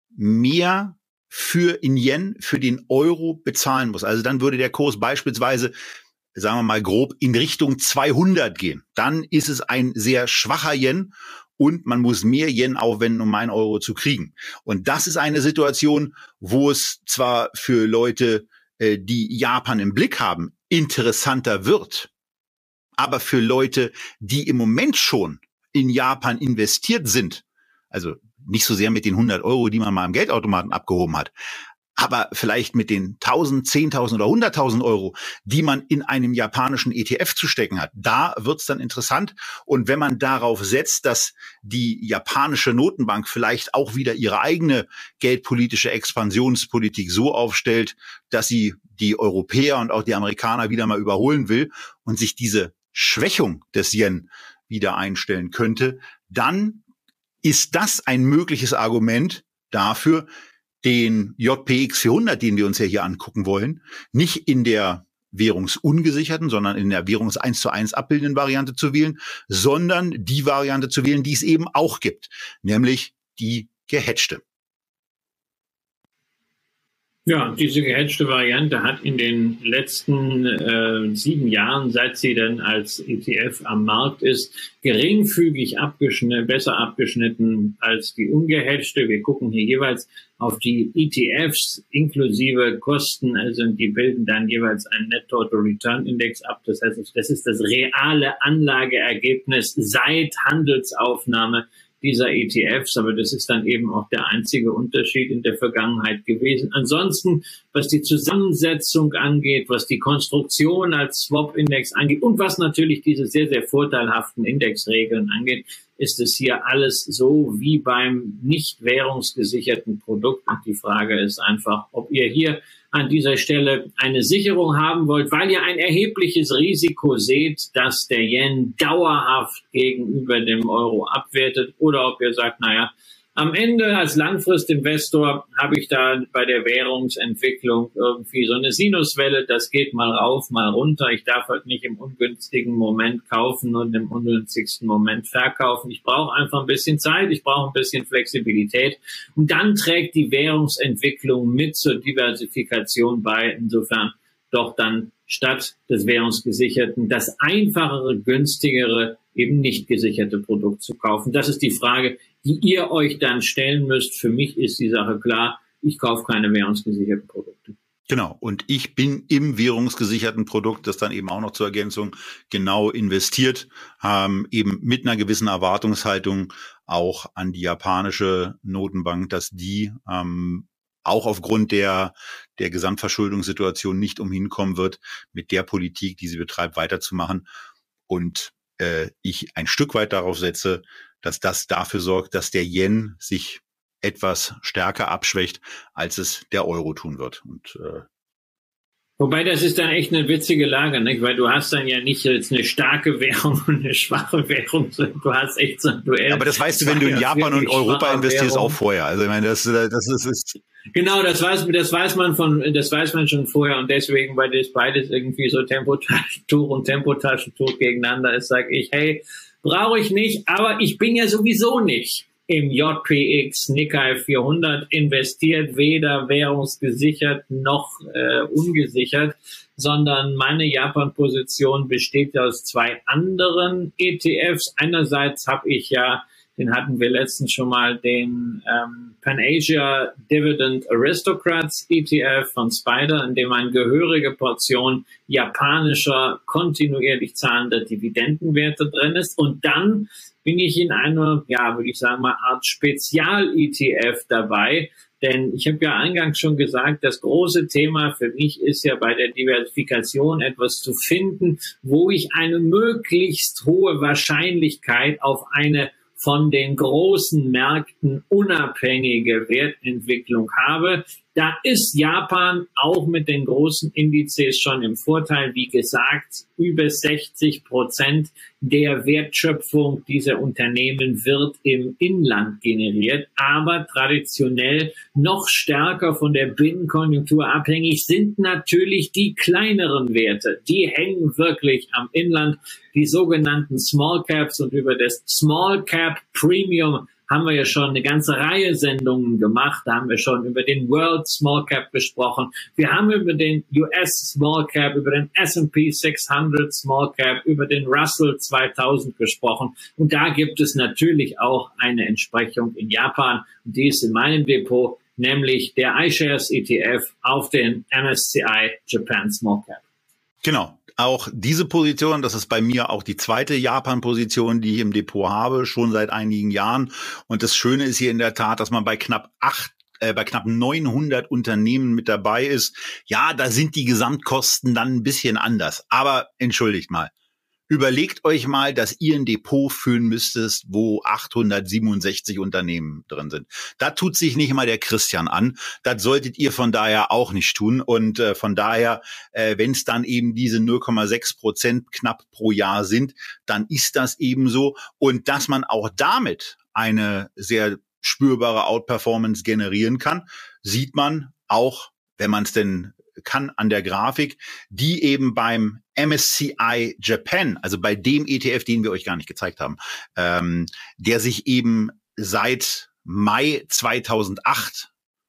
mehr für in Yen für den Euro bezahlen muss. Also dann würde der Kurs beispielsweise, sagen wir mal grob, in Richtung zweihundert gehen. Dann ist es ein sehr schwacher Yen und man muss mehr Yen aufwenden, um einen Euro zu kriegen. Und das ist eine Situation, wo es zwar für Leute, äh, die Japan im Blick haben, interessanter wird, aber für Leute, die im Moment schon in Japan investiert sind, also nicht so sehr mit den hundert Euro, die man mal im Geldautomaten abgehoben hat, aber vielleicht mit den tausend, zehntausend oder hunderttausend Euro, die man in einem japanischen E T F zu stecken hat. Da wird's dann interessant. Und wenn man darauf setzt, dass die japanische Notenbank vielleicht auch wieder ihre eigene geldpolitische Expansionspolitik so aufstellt, dass sie die Europäer und auch die Amerikaner wieder mal überholen will und sich diese Schwächung des Yen wieder einstellen könnte, dann ist das ein mögliches Argument dafür, den J P X vierhundert, den wir uns ja hier angucken wollen, nicht in der währungsungesicherten, sondern in der währungs eins zu eins abbildenden Variante zu wählen, sondern die Variante zu wählen, die es eben auch gibt, nämlich die gehedgte. Ja, diese gehedgte Variante hat in den letzten äh, sieben Jahren, seit sie dann als E T F am Markt ist, geringfügig abgeschnitten, besser abgeschnitten als die ungehedgte. Wir gucken hier jeweils auf die E T Fs inklusive Kosten, also die bilden dann jeweils einen Net Total Return Index ab. Das heißt, das ist das reale Anlageergebnis seit Handelsaufnahme dieser E T Fs, aber das ist dann eben auch der einzige Unterschied in der Vergangenheit gewesen. Ansonsten, was die Zusammensetzung angeht, was die Konstruktion als Swap-Index angeht und was natürlich diese sehr, sehr vorteilhaften Indexregeln angeht, ist es hier alles so wie beim nicht währungsgesicherten Produkt. Und die Frage ist einfach, ob ihr hier an dieser Stelle eine Sicherung haben wollt, weil ihr ein erhebliches Risiko seht, dass der Yen dauerhaft gegenüber dem Euro abwertet, oder ob ihr sagt, naja, am Ende als Langfristinvestor habe ich da bei der Währungsentwicklung irgendwie so eine Sinuswelle, das geht mal rauf, mal runter. Ich darf halt nicht im ungünstigen Moment kaufen und im ungünstigsten Moment verkaufen. Ich brauche einfach ein bisschen Zeit, ich brauche ein bisschen Flexibilität und dann trägt die Währungsentwicklung mit zur Diversifikation bei. Insofern doch dann statt des währungsgesicherten das einfachere, günstigere, eben nicht gesicherte Produkt zu kaufen. Das ist die Frage, die ihr euch dann stellen müsst. Für mich ist die Sache klar, ich kaufe keine währungsgesicherten Produkte. Genau, und ich bin im währungsgesicherten Produkt, das dann eben auch noch zur Ergänzung genau investiert, ähm, eben mit einer gewissen Erwartungshaltung auch an die japanische Notenbank, dass die ähm, auch aufgrund der der Gesamtverschuldungssituation nicht umhin kommen wird, mit der Politik, die sie betreibt, weiterzumachen. Und äh, ich ein Stück weit darauf setze, dass das dafür sorgt, dass der Yen sich etwas stärker abschwächt, als es der Euro tun wird. Und äh, Wobei, das ist dann echt eine witzige Lage, nicht? Weil du hast dann ja nicht jetzt eine starke Währung und eine schwache Währung, sondern du hast echt so ein Duell. Aber das weißt du, wenn du in Japan und Europa investierst, auch vorher. Also ich meine, das, das ist, ist genau, das weiß, das weiß man von, das weiß man schon vorher und deswegen, weil das beides irgendwie so Tempotaschentuch und Tempotaschentuch gegeneinander ist, sage ich, hey, brauche ich nicht, aber ich bin ja sowieso nicht im J P X Nikkei vierhundert investiert, weder währungsgesichert noch äh, ungesichert, sondern meine Japan-Position besteht aus zwei anderen E T Fs. Einerseits habe ich ja, den hatten wir letztens schon mal, den ähm, Pan-Asia Dividend Aristocrats E T F von Spider, in dem eine gehörige Portion japanischer, kontinuierlich zahlender Dividendenwerte drin ist. Und dann bin ich in einer, ja, würde ich sagen mal, Art Spezial-E T F dabei. Denn ich habe ja eingangs schon gesagt, das große Thema für mich ist ja bei der Diversifikation etwas zu finden, wo ich eine möglichst hohe Wahrscheinlichkeit auf eine von den großen Märkten unabhängige Wertentwicklung habe. Da ist Japan auch mit den großen Indizes schon im Vorteil. Wie gesagt, über sechzig Prozent der Wertschöpfung dieser Unternehmen wird im Inland generiert, aber traditionell noch stärker von der Binnenkonjunktur abhängig sind natürlich die kleineren Werte. Die hängen wirklich am Inland, die sogenannten Small Caps, und über das Small Cap Premium haben wir ja schon eine ganze Reihe Sendungen gemacht. Da haben wir schon über den World Small Cap gesprochen. Wir haben über den U S Small Cap, über den S and P sechshundert Small Cap, über den Russell zweitausend gesprochen. Und da gibt es natürlich auch eine Entsprechung in Japan. Und die ist in meinem Depot, nämlich der iShares E T F auf den M S C I Japan Small Cap. Genau. Auch diese Position, das ist bei mir auch die zweite Japan-Position, die ich im Depot habe, schon seit einigen Jahren. Und das Schöne ist hier in der Tat, dass man bei knapp acht, äh, bei knapp neunhundert Unternehmen mit dabei ist. Ja, da sind die Gesamtkosten dann ein bisschen anders. Aber entschuldigt mal. Überlegt euch mal, dass ihr ein Depot führen müsstet, wo achthundertsiebenundsechzig Unternehmen drin sind. Da tut sich nicht mal der Christian an. Das solltet ihr von daher auch nicht tun. Und äh, von daher, äh, wenn es dann eben diese null Komma sechs Prozent knapp pro Jahr sind, dann ist das eben so. Und dass man auch damit eine sehr spürbare Outperformance generieren kann, sieht man auch, wenn man es denn kann, an der Grafik, die eben beim M S C I Japan, also bei dem E T F, den wir euch gar nicht gezeigt haben, ähm, der sich eben seit Mai zweitausendacht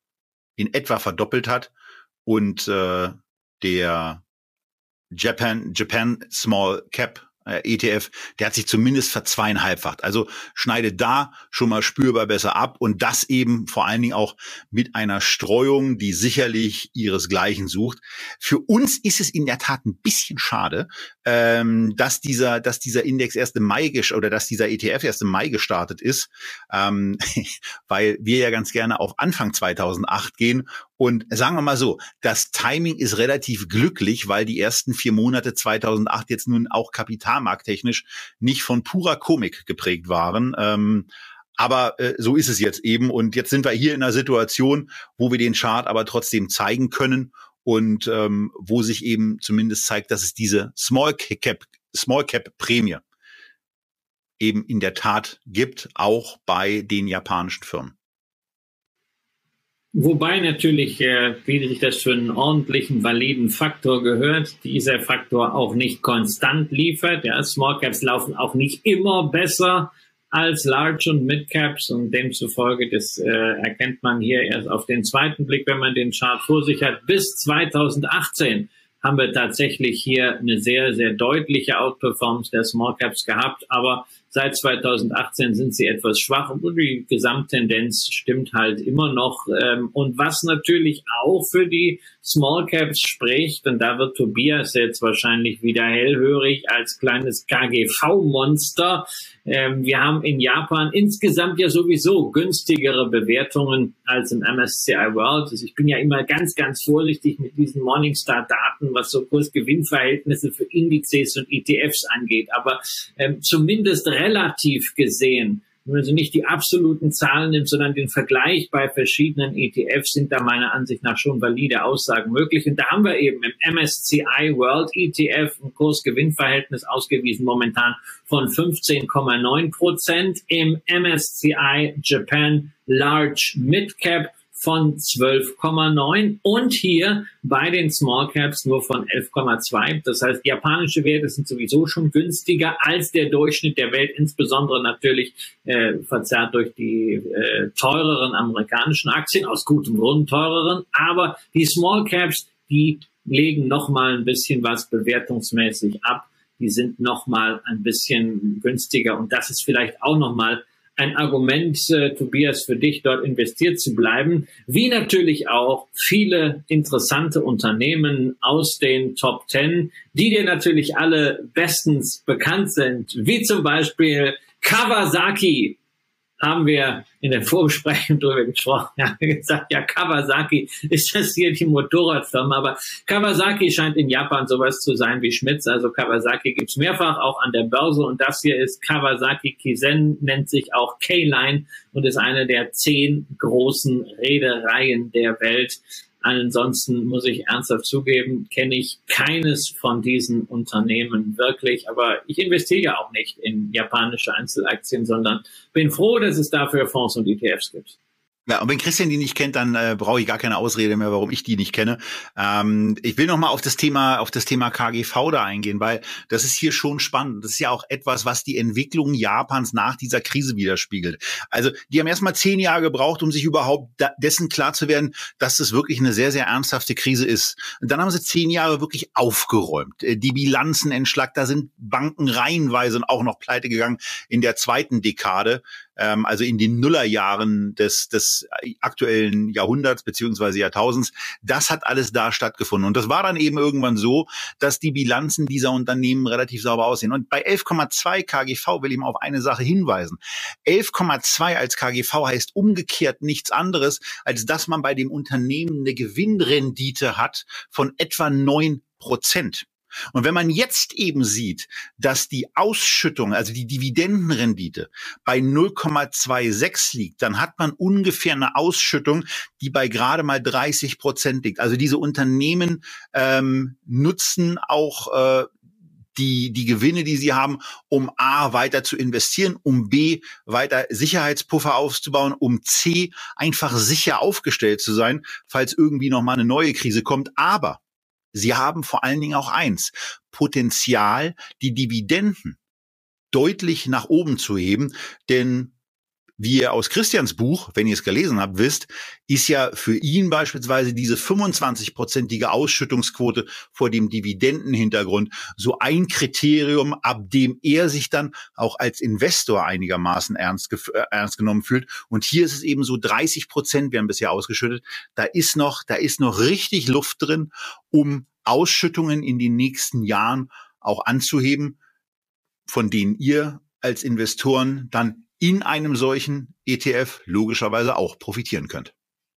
in etwa verdoppelt hat und äh, der Japan Japan Small Cap E T F, der hat sich zumindest verzweieinhalbfacht. Also schneidet da schon mal spürbar besser ab und das eben vor allen Dingen auch mit einer Streuung, die sicherlich ihresgleichen sucht. Für uns ist es in der Tat ein bisschen schade, ähm, dass dieser, dass dieser Index erst im Mai oder dass dieser E T F erst im Mai gestartet ist, ähm, weil wir ja ganz gerne auf Anfang zweitausendacht gehen. Und sagen wir mal so, das Timing ist relativ glücklich, weil die ersten vier Monate zweitausendacht jetzt nun auch kapitalmarkttechnisch nicht von purer Komik geprägt waren. Ähm, aber äh, so ist es jetzt eben. Und jetzt sind wir hier in einer Situation, wo wir den Chart aber trotzdem zeigen können und ähm, wo sich eben zumindest zeigt, dass es diese Small Cap, Small Cap Prämie eben in der Tat gibt, auch bei den japanischen Firmen. Wobei natürlich, äh, wie sich das für einen ordentlichen, validen Faktor gehört, dieser Faktor auch nicht konstant liefert. Ja, Small Caps laufen auch nicht immer besser als Large und Mid Caps und demzufolge, das äh, erkennt man hier erst auf den zweiten Blick, wenn man den Chart vor sich hat. Bis zweitausendachtzehn haben wir tatsächlich hier eine sehr, sehr deutliche Outperformance der Small Caps gehabt, aber seit zweitausendachtzehn sind sie etwas schwach und die Gesamttendenz stimmt halt immer noch. Und was natürlich auch für die Small Caps spricht, und da wird Tobias jetzt wahrscheinlich wieder hellhörig als kleines K G V-Monster. Wir haben in Japan insgesamt ja sowieso günstigere Bewertungen als im M S C I World. Also ich bin ja immer ganz, ganz vorsichtig mit diesen Morningstar-Daten, was so Kurs-Gewinn-Verhältnisse für Indizes und E T Fs angeht. Aber ähm, zumindest relativ gesehen, wenn man also nicht die absoluten Zahlen nimmt, sondern den Vergleich bei verschiedenen E T Fs, sind da meiner Ansicht nach schon valide Aussagen möglich. Und da haben wir eben im M S C I World E T F ein Kurs-Gewinn-Verhältnis ausgewiesen momentan von fünfzehn Komma neun Prozent, im M S C I Japan Large Mid Cap von zwölf Komma neun und hier bei den Small Caps nur von elf Komma zwei. Das heißt, japanische Werte sind sowieso schon günstiger als der Durchschnitt der Welt, insbesondere natürlich äh, verzerrt durch die äh, teureren amerikanischen Aktien, aus gutem Grund teureren. Aber die Small Caps, die legen noch mal ein bisschen was bewertungsmäßig ab. Die sind noch mal ein bisschen günstiger und das ist vielleicht auch noch mal ein Argument, äh, Tobias, für dich dort investiert zu bleiben, wie natürlich auch viele interessante Unternehmen aus den Top Ten, die dir natürlich alle bestens bekannt sind, wie zum Beispiel Kawasaki. Haben wir in der Vorbesprechung drüber gesprochen. Ja, haben wir gesagt, ja, Kawasaki, ist das hier die Motorradfirma? Aber Kawasaki scheint in Japan sowas zu sein wie Schmitz. Also Kawasaki gibt's mehrfach auch an der Börse. Und das hier ist Kawasaki Kisen, nennt sich auch K-Line und ist eine der zehn großen Reedereien der Welt. Ansonsten muss ich ernsthaft zugeben, kenne ich keines von diesen Unternehmen wirklich. Aber ich investiere ja auch nicht in japanische Einzelaktien, sondern bin froh, dass es dafür Fonds und E T Fs gibt. Ja, und wenn Christian die nicht kennt, dann äh, brauche ich gar keine Ausrede mehr, warum ich die nicht kenne. Ähm, ich will noch mal auf das Thema, auf das Thema K G V da eingehen, weil das ist hier schon spannend. Das ist ja auch etwas, was die Entwicklung Japans nach dieser Krise widerspiegelt. Also die haben erstmal zehn Jahre gebraucht, um sich überhaupt da, dessen klar zu werden, dass das wirklich eine sehr, sehr ernsthafte Krise ist. Und dann haben sie zehn Jahre wirklich aufgeräumt. Die Bilanzen entschlackt, da sind Banken reihenweise und auch noch pleite gegangen in der zweiten Dekade. Also in den Nullerjahren des, des aktuellen Jahrhunderts beziehungsweise Jahrtausends. Das hat alles da stattgefunden. Und das war dann eben irgendwann so, dass die Bilanzen dieser Unternehmen relativ sauber aussehen. Und bei elf Komma zwei K G V will ich mal auf eine Sache hinweisen. elf Komma zwei als K G V heißt umgekehrt nichts anderes, als dass man bei dem Unternehmen eine Gewinnrendite hat von etwa neun Prozent. Und wenn man jetzt eben sieht, dass die Ausschüttung, also die Dividendenrendite bei null Komma sechsundzwanzig liegt, dann hat man ungefähr eine Ausschüttung, die bei gerade mal dreißig Prozent liegt. Also diese Unternehmen ähm, nutzen auch äh, die die Gewinne, die sie haben, um A, weiter zu investieren, um B, weiter Sicherheitspuffer aufzubauen, um C, einfach sicher aufgestellt zu sein, falls irgendwie noch mal eine neue Krise kommt. Aber sie haben vor allen Dingen auch eins, Potenzial, die Dividenden deutlich nach oben zu heben, denn wie ihr aus Christians Buch, wenn ihr es gelesen habt, wisst, ist ja für ihn beispielsweise diese fünfundzwanzig-prozentige Ausschüttungsquote vor dem Dividendenhintergrund so ein Kriterium, ab dem er sich dann auch als Investor einigermaßen ernst, äh, ernst genommen fühlt. Und hier ist es eben so, dreißig Prozent werden bisher ausgeschüttet. Da ist noch, da ist noch richtig Luft drin, um Ausschüttungen in den nächsten Jahren auch anzuheben, von denen ihr als Investoren dann in einem solchen E T F logischerweise auch profitieren könnt.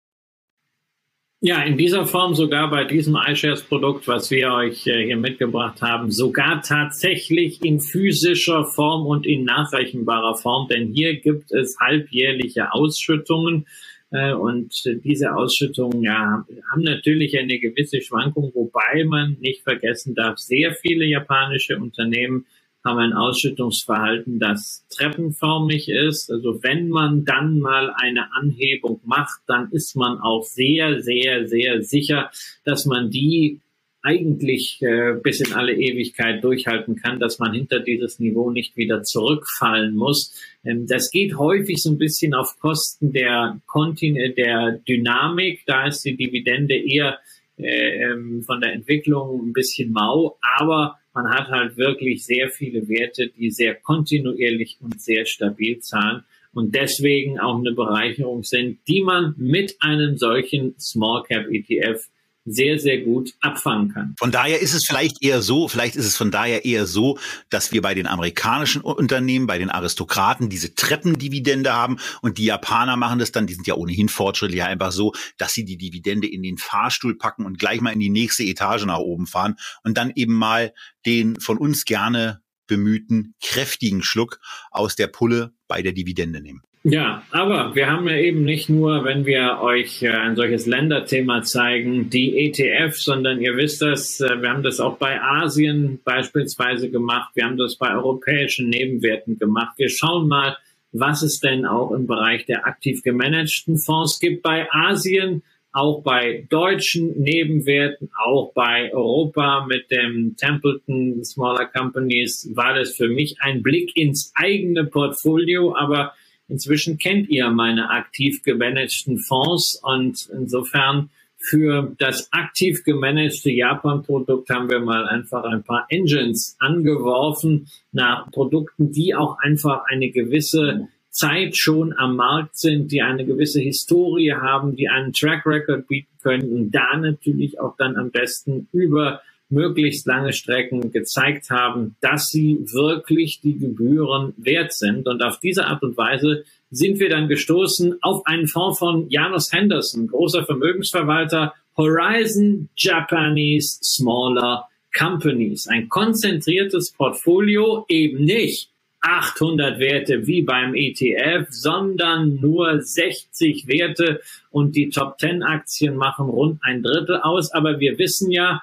Ja, in dieser Form sogar bei diesem iShares-Produkt, was wir euch äh, hier mitgebracht haben, sogar tatsächlich in physischer Form und in nachrechenbarer Form, denn hier gibt es halbjährliche Ausschüttungen äh, und diese Ausschüttungen ja, haben natürlich eine gewisse Schwankung, wobei man nicht vergessen darf, sehr viele japanische Unternehmen haben ein Ausschüttungsverhalten, das treppenförmig ist. Also wenn man dann mal eine Anhebung macht, dann ist man auch sehr, sehr, sehr sicher, dass man die eigentlich äh, bis in alle Ewigkeit durchhalten kann, dass man hinter dieses Niveau nicht wieder zurückfallen muss. Ähm, das geht häufig so ein bisschen auf Kosten der Kontin- der Dynamik. Da ist die Dividende eher äh, von der Entwicklung ein bisschen mau, aber man hat halt wirklich sehr viele Werte, die sehr kontinuierlich und sehr stabil zahlen und deswegen auch eine Bereicherung sind, die man mit einem solchen Small Cap E T F sehr, sehr gut abfangen kann. Von daher ist es vielleicht eher so, vielleicht ist es von daher eher so, dass wir bei den amerikanischen Unternehmen, bei den Aristokraten diese Treppendividende haben und die Japaner machen das dann, die sind ja ohnehin fortschrittlich, einfach so, dass sie die Dividende in den Fahrstuhl packen und gleich mal in die nächste Etage nach oben fahren und dann eben mal den von uns gerne bemühten kräftigen Schluck aus der Pulle bei der Dividende nehmen. Ja, aber wir haben ja eben nicht nur, wenn wir euch äh, ein solches Länderthema zeigen, die E T F, sondern ihr wisst das, äh, wir haben das auch bei Asien beispielsweise gemacht, wir haben das bei europäischen Nebenwerten gemacht. Wir schauen mal, was es denn auch im Bereich der aktiv gemanagten Fonds gibt bei Asien, auch bei deutschen Nebenwerten, auch bei Europa mit dem Templeton Smaller Companies war das für mich ein Blick ins eigene Portfolio, aber inzwischen kennt ihr meine aktiv gemanagten Fonds und insofern für das aktiv gemanagte Japan-Produkt haben wir mal einfach ein paar Engines angeworfen nach Produkten, die auch einfach eine gewisse Zeit schon am Markt sind, die eine gewisse Historie haben, die einen Track Record bieten können und da natürlich auch dann am besten über möglichst lange Strecken gezeigt haben, dass sie wirklich die Gebühren wert sind. Und auf diese Art und Weise sind wir dann gestoßen auf einen Fonds von Janus Henderson, großer Vermögensverwalter, Horizon Japanese Smaller Companies. Ein konzentriertes Portfolio, eben nicht achthundert Werte wie beim E T F, sondern nur sechzig Werte und die Top zehn Aktien machen rund ein Drittel aus. Aber wir wissen ja,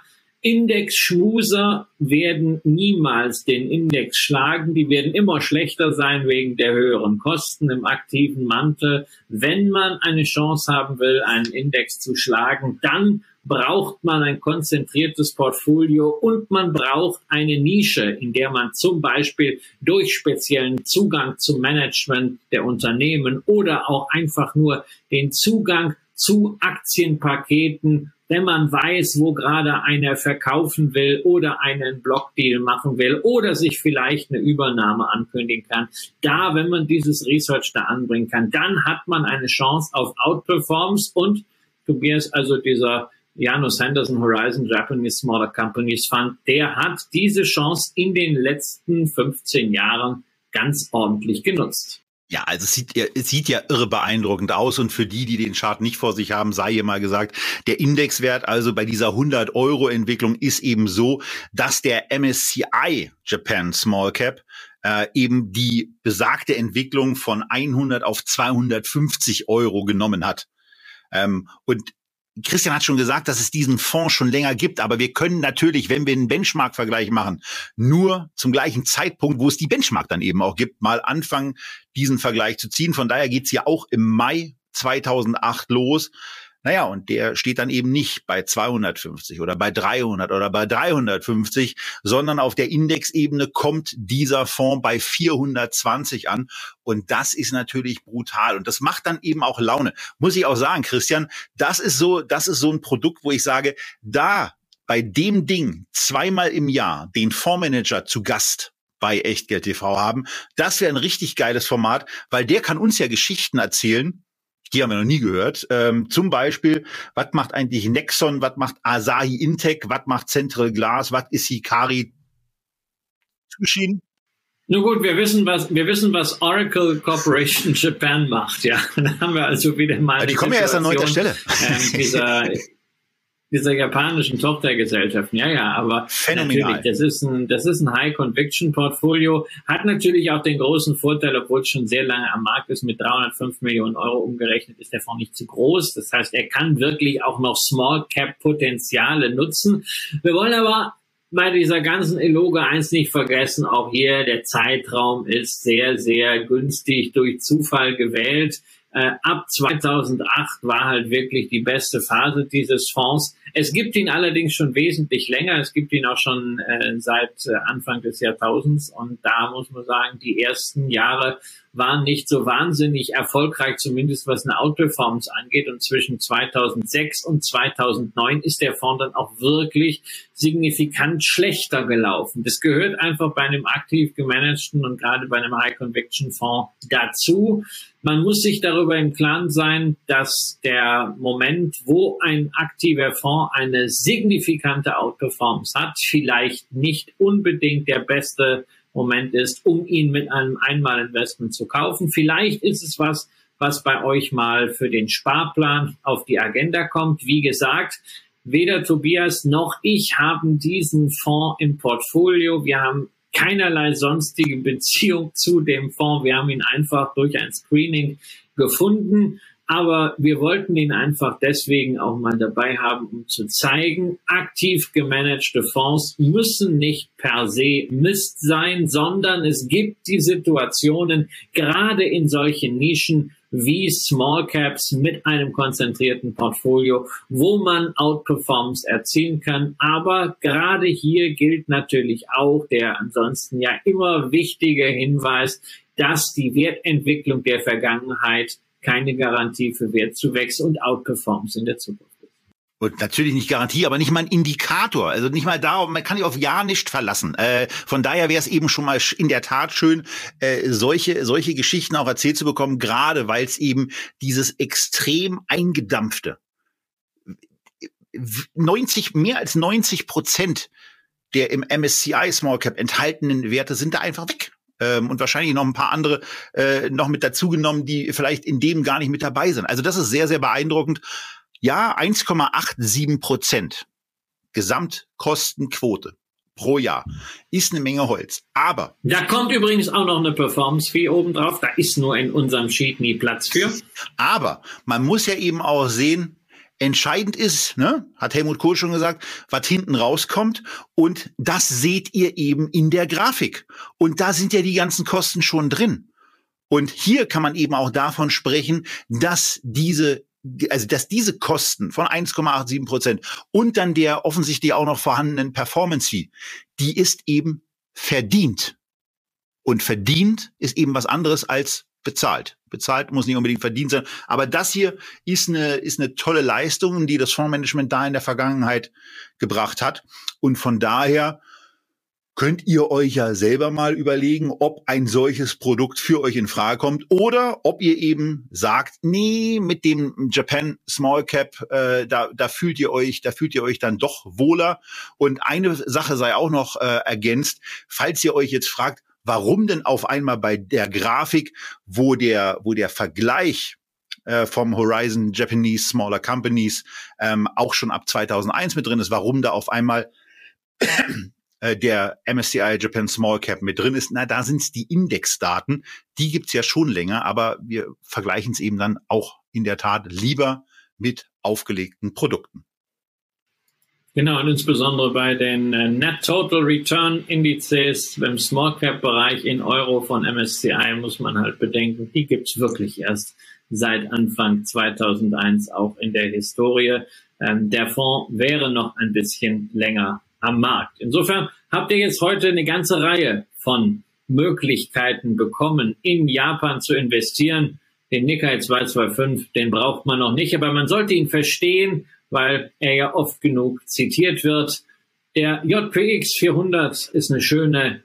Indexschmuser werden niemals den Index schlagen. Die werden immer schlechter sein wegen der höheren Kosten im aktiven Mantel. Wenn man eine Chance haben will, einen Index zu schlagen, dann braucht man ein konzentriertes Portfolio und man braucht eine Nische, in der man zum Beispiel durch speziellen Zugang zum Management der Unternehmen oder auch einfach nur den Zugang zu Aktienpaketen, wenn man weiß, wo gerade einer verkaufen will oder einen Blockdeal machen will oder sich vielleicht eine Übernahme ankündigen kann. Da, wenn man dieses Research da anbringen kann, dann hat man eine Chance auf Outperformance und Tobias, also dieser Janus Henderson Horizon Japanese Smaller Companies Fund, der hat diese Chance in den letzten fünfzehn Jahren ganz ordentlich genutzt. Ja, also es sieht, es sieht ja irre beeindruckend aus und für die, die den Chart nicht vor sich haben, sei hier mal gesagt, der Indexwert also bei dieser hundert Euro Entwicklung ist eben so, dass der M S C I Japan Small Cap äh, eben die besagte Entwicklung von hundert auf zweihundertfünfzig Euro genommen hat. Ähm, und Christian hat schon gesagt, dass es diesen Fonds schon länger gibt, aber wir können natürlich, wenn wir einen Benchmark-Vergleich machen, nur zum gleichen Zeitpunkt, wo es die Benchmark dann eben auch gibt, mal anfangen, diesen Vergleich zu ziehen. Von daher geht's ja auch im Mai zweitausendacht los. Naja, und der steht dann eben nicht bei zweihundertfünfzig oder bei dreihundert oder bei dreihundertfünfzig, sondern auf der Indexebene kommt dieser Fonds bei vierhundertzwanzig an. Und das ist natürlich brutal. Und das macht dann eben auch Laune. Muss ich auch sagen, Christian, das ist so, das ist so ein Produkt, wo ich sage, da bei dem Ding zweimal im Jahr den Fondsmanager zu Gast bei Echtgeld T V haben, das wäre ein richtig geiles Format, weil der kann uns ja Geschichten erzählen, die haben wir noch nie gehört. Ähm, zum Beispiel, was macht eigentlich Nexon, was macht Asahi Intec, was macht Central Glass, was ist Hikari zugeschieden? Nun gut, wir wissen, was wir wissen, was Oracle Corporation Japan macht. Ja, da haben wir also wieder mal. Aber die kommen ja erst an neunter Stelle. Ähm, dieser dieser japanischen Tochtergesellschaften. Ja, ja, aber phänomenal. Natürlich, das ist ein, das ist ein High-Conviction-Portfolio, hat natürlich auch den großen Vorteil, obwohl es schon sehr lange am Markt ist, mit dreihundertfünf Millionen Euro umgerechnet, ist der Fonds nicht zu groß. Das heißt, er kann wirklich auch noch Small-Cap-Potenziale nutzen. Wir wollen aber bei dieser ganzen Eloge eins nicht vergessen, auch hier der Zeitraum ist sehr, sehr günstig durch Zufall gewählt. Äh, ab zweitausendacht war halt wirklich die beste Phase dieses Fonds. Es gibt ihn allerdings schon wesentlich länger. Es gibt ihn auch schon äh, seit äh, Anfang des Jahrtausends. Und da muss man sagen, die ersten Jahre waren nicht so wahnsinnig erfolgreich, zumindest was eine Outperformance angeht. Und zwischen zweitausendsechs und zweitausendneun ist der Fonds dann auch wirklich signifikant schlechter gelaufen. Das gehört einfach bei einem aktiv gemanagten und gerade bei einem High-Conviction-Fonds dazu. Man muss sich darüber im Klaren sein, dass der Moment, wo ein aktiver Fonds eine signifikante Outperformance hat, vielleicht nicht unbedingt der beste Moment ist, um ihn mit einem Einmalinvestment zu kaufen. Vielleicht ist es was, was bei euch mal für den Sparplan auf die Agenda kommt. Wie gesagt, weder Tobias noch ich haben diesen Fonds im Portfolio. Wir haben keinerlei sonstige Beziehung zu dem Fonds. Wir haben ihn einfach durch ein Screening gefunden. Aber wir wollten ihn einfach deswegen auch mal dabei haben, um zu zeigen, aktiv gemanagte Fonds müssen nicht per se Mist sein, sondern es gibt die Situationen, gerade in solchen Nischen wie Small Caps mit einem konzentrierten Portfolio, wo man Outperformance erzielen kann. Aber gerade hier gilt natürlich auch der ansonsten ja immer wichtige Hinweis, dass die Wertentwicklung der Vergangenheit keine Garantie für Wertzuwächse und Outperformance in der Zukunft ist. Und natürlich nicht Garantie, aber nicht mal ein Indikator. Also nicht mal da, man kann sich auf ja nicht verlassen. Äh, von daher wäre es eben schon mal in der Tat schön, äh, solche solche Geschichten auch erzählt zu bekommen, gerade weil es eben dieses extrem eingedampfte, neunzig mehr als neunzig Prozent der im M S C I Small Cap enthaltenen Werte sind da einfach weg. Ähm, und wahrscheinlich noch ein paar andere äh, noch mit dazugenommen, die vielleicht in dem gar nicht mit dabei sind. Also das ist sehr, sehr beeindruckend. Ja, eins Komma siebenundachtzig Prozent Gesamtkostenquote pro Jahr ist eine Menge Holz. Aber da kommt übrigens auch noch eine Performance-Fee oben drauf. Da ist nur in unserem Sheet nie Platz für. Aber man muss ja eben auch sehen, entscheidend ist, ne, hat Helmut Kohl schon gesagt, was hinten rauskommt. Und das seht ihr eben in der Grafik. Und da sind ja die ganzen Kosten schon drin. Und hier kann man eben auch davon sprechen, dass diese, also dass diese Kosten von eins Komma siebenundachtzig Prozent und dann der offensichtlich auch noch vorhandenen Performance-Fee, die ist eben verdient. Und verdient ist eben was anderes als bezahlt. Bezahlt muss nicht unbedingt verdient sein. Aber das hier ist eine, ist eine tolle Leistung, die das Fondsmanagement da in der Vergangenheit gebracht hat. Und von daher könnt ihr euch ja selber mal überlegen, ob ein solches Produkt für euch in Frage kommt oder ob ihr eben sagt, nee, mit dem Japan Small Cap, äh, da, da fühlt ihr euch, da fühlt ihr euch dann doch wohler. Und eine Sache sei auch noch äh, ergänzt, falls ihr euch jetzt fragt, warum denn auf einmal bei der Grafik, wo der, wo der Vergleich äh, vom Horizon Japanese Smaller Companies ähm, auch schon ab zweitausendeins mit drin ist, warum da auf einmal äh, der M S C I Japan Small Cap mit drin ist? Na, da sind es die Indexdaten. Die gibt's ja schon länger, aber wir vergleichen es eben dann auch in der Tat lieber mit aufgelegten Produkten. Genau, und insbesondere bei den äh, Net Total Return Indizes im Small Cap Bereich in Euro von M S C I muss man halt bedenken, die gibt's wirklich erst seit Anfang zweitausendeins auch in der Historie. Ähm, der Fonds wäre noch ein bisschen länger am Markt. Insofern habt ihr jetzt heute eine ganze Reihe von Möglichkeiten bekommen, in Japan zu investieren. Den Nikkei zweihundertfünfundzwanzig, den braucht man noch nicht, aber man sollte ihn verstehen, weil er ja oft genug zitiert wird. Der J P X vierhundert ist eine schöne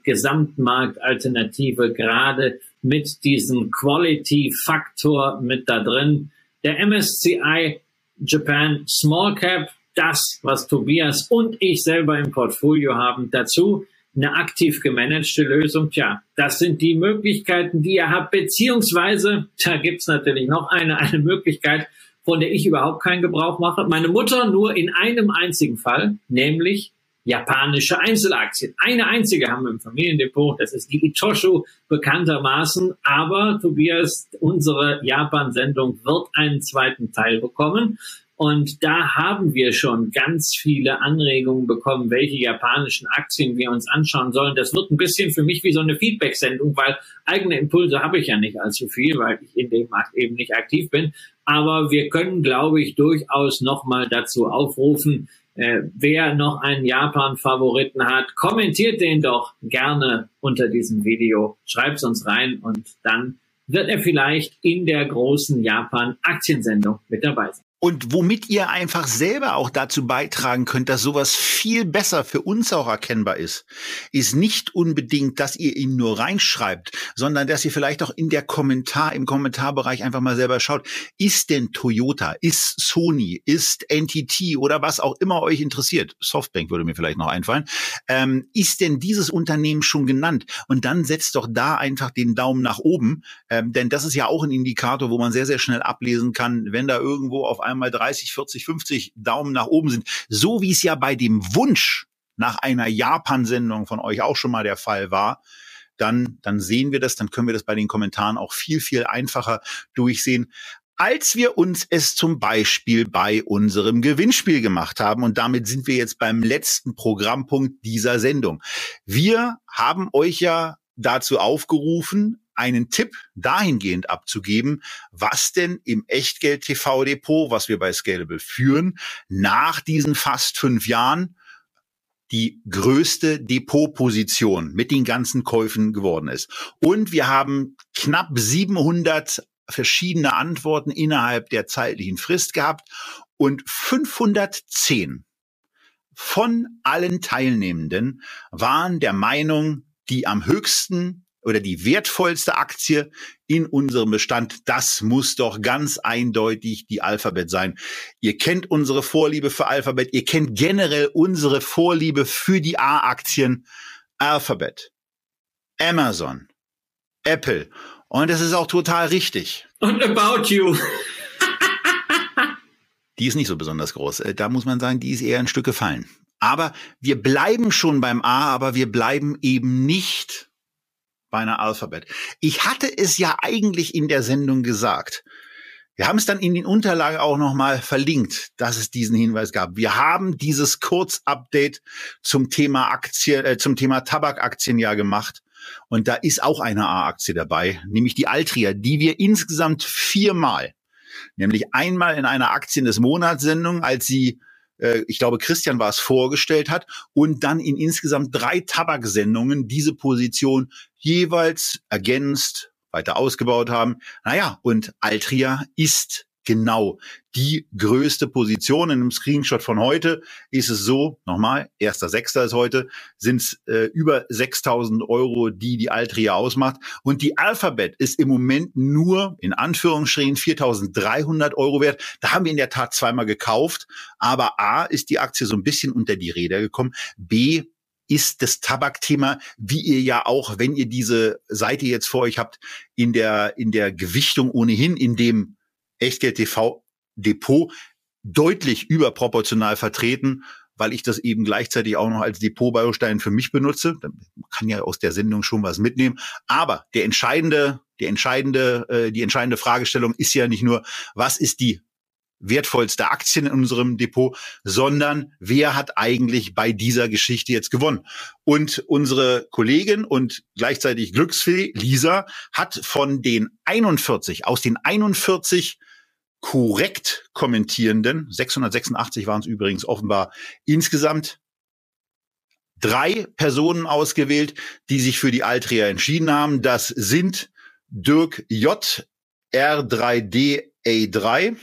Gesamtmarktalternative, gerade mit diesem Quality-Faktor mit da drin. Der M S C I Japan Small Cap, das, was Tobias und ich selber im Portfolio haben, dazu eine aktiv gemanagte Lösung. Tja, das sind die Möglichkeiten, die ihr habt, beziehungsweise, da gibt's natürlich noch eine, eine Möglichkeit, von der ich überhaupt keinen Gebrauch mache. Meine Mutter nur in einem einzigen Fall, nämlich japanische Einzelaktien. Eine einzige haben wir im Familiendepot, das ist die Itosho bekanntermaßen, aber Tobias, unsere Japan-Sendung wird einen zweiten Teil bekommen. Und da haben wir schon ganz viele Anregungen bekommen, welche japanischen Aktien wir uns anschauen sollen. Das wird ein bisschen für mich wie so eine Feedback-Sendung, weil eigene Impulse habe ich ja nicht allzu viel, weil ich in dem Markt eben nicht aktiv bin. Aber wir können, glaube ich, durchaus nochmal dazu aufrufen, äh, wer noch einen Japan-Favoriten hat, kommentiert den doch gerne unter diesem Video. Schreibt es uns rein und dann wird er vielleicht in der großen Japan-Aktiensendung mit dabei sein. Und womit ihr einfach selber auch dazu beitragen könnt, dass sowas viel besser für uns auch erkennbar ist, ist nicht unbedingt, dass ihr ihn nur reinschreibt, sondern dass ihr vielleicht auch in der Kommentar, im Kommentarbereich einfach mal selber schaut, ist denn Toyota, ist Sony, ist N T T oder was auch immer euch interessiert, Softbank würde mir vielleicht noch einfallen, ähm, ist denn dieses Unternehmen schon genannt? Und dann setzt doch da einfach den Daumen nach oben, ähm, denn das ist ja auch ein Indikator, wo man sehr, sehr schnell ablesen kann, wenn da irgendwo auf einmal dreißig, vierzig, fünfzig Daumen nach oben sind. So wie es ja bei dem Wunsch nach einer Japan-Sendung von euch auch schon mal der Fall war, dann, dann sehen wir das, dann können wir das bei den Kommentaren auch viel, viel einfacher durchsehen, als wir uns es zum Beispiel bei unserem Gewinnspiel gemacht haben. Und damit sind wir jetzt beim letzten Programmpunkt dieser Sendung. Wir haben euch ja dazu aufgerufen, einen Tipp dahingehend abzugeben, was denn im Echtgeld-T V-Depot, was wir bei Scalable führen, nach diesen fast fünf Jahren die größte Depotposition mit den ganzen Käufen geworden ist. Und wir haben knapp siebenhundert verschiedene Antworten innerhalb der zeitlichen Frist gehabt und fünfhundertzehn von allen Teilnehmenden waren der Meinung, die am höchsten oder die wertvollste Aktie in unserem Bestand, das muss doch ganz eindeutig die Alphabet sein. Ihr kennt unsere Vorliebe für Alphabet, ihr kennt generell unsere Vorliebe für die A-Aktien. Alphabet, Amazon, Apple. Und das ist auch total richtig. Und About You. Die ist nicht so besonders groß. Da muss man sagen, die ist eher ein Stück gefallen. Aber wir bleiben schon beim A, aber wir bleiben eben nicht bei einer Alphabet. Ich hatte es ja eigentlich in der Sendung gesagt. Wir haben es dann in den Unterlagen auch nochmal verlinkt, dass es diesen Hinweis gab. Wir haben dieses Kurzupdate zum Thema Aktien, äh, zum Thema Tabakaktien ja gemacht. Und da ist auch eine A-Aktie dabei, nämlich die Altria, die wir insgesamt viermal, nämlich einmal in einer Aktien des Monats-Sendung, als sie ich glaube, Christian war es, vorgestellt hat und dann in insgesamt drei Tabaksendungen diese Position jeweils ergänzt, weiter ausgebaut haben. Naja, und Altria ist genau die größte Position. In einem Screenshot von heute ist es so, nochmal, erster Sechster ist heute, sind es äh, über sechstausend Euro, die die Altria ausmacht. Und die Alphabet ist im Moment nur, in Anführungsstrichen, viertausenddreihundert Euro wert. Da haben wir in der Tat zweimal gekauft. Aber A, ist die Aktie so ein bisschen unter die Räder gekommen. B, ist das Tabakthema, wie ihr ja auch, wenn ihr diese Seite jetzt vor euch habt, in der, in der Gewichtung ohnehin, in dem Echtgeld-T V-Depot deutlich überproportional vertreten, weil ich das eben gleichzeitig auch noch als Depotbaustein für mich benutze. Man kann ja aus der Sendung schon was mitnehmen. Aber der entscheidende, der entscheidende, äh, die entscheidende Fragestellung ist ja nicht nur, was ist die wertvollste Aktien in unserem Depot, sondern wer hat eigentlich bei dieser Geschichte jetzt gewonnen? Und unsere Kollegin und gleichzeitig Glücksfee Lisa hat von den einundvierzig, aus den einundvierzig korrekt kommentierenden, sechshundertsechsundachtzig waren es übrigens offenbar insgesamt, drei Personen ausgewählt, die sich für die Altria entschieden haben. Das sind Dirk J, R drei D A drei.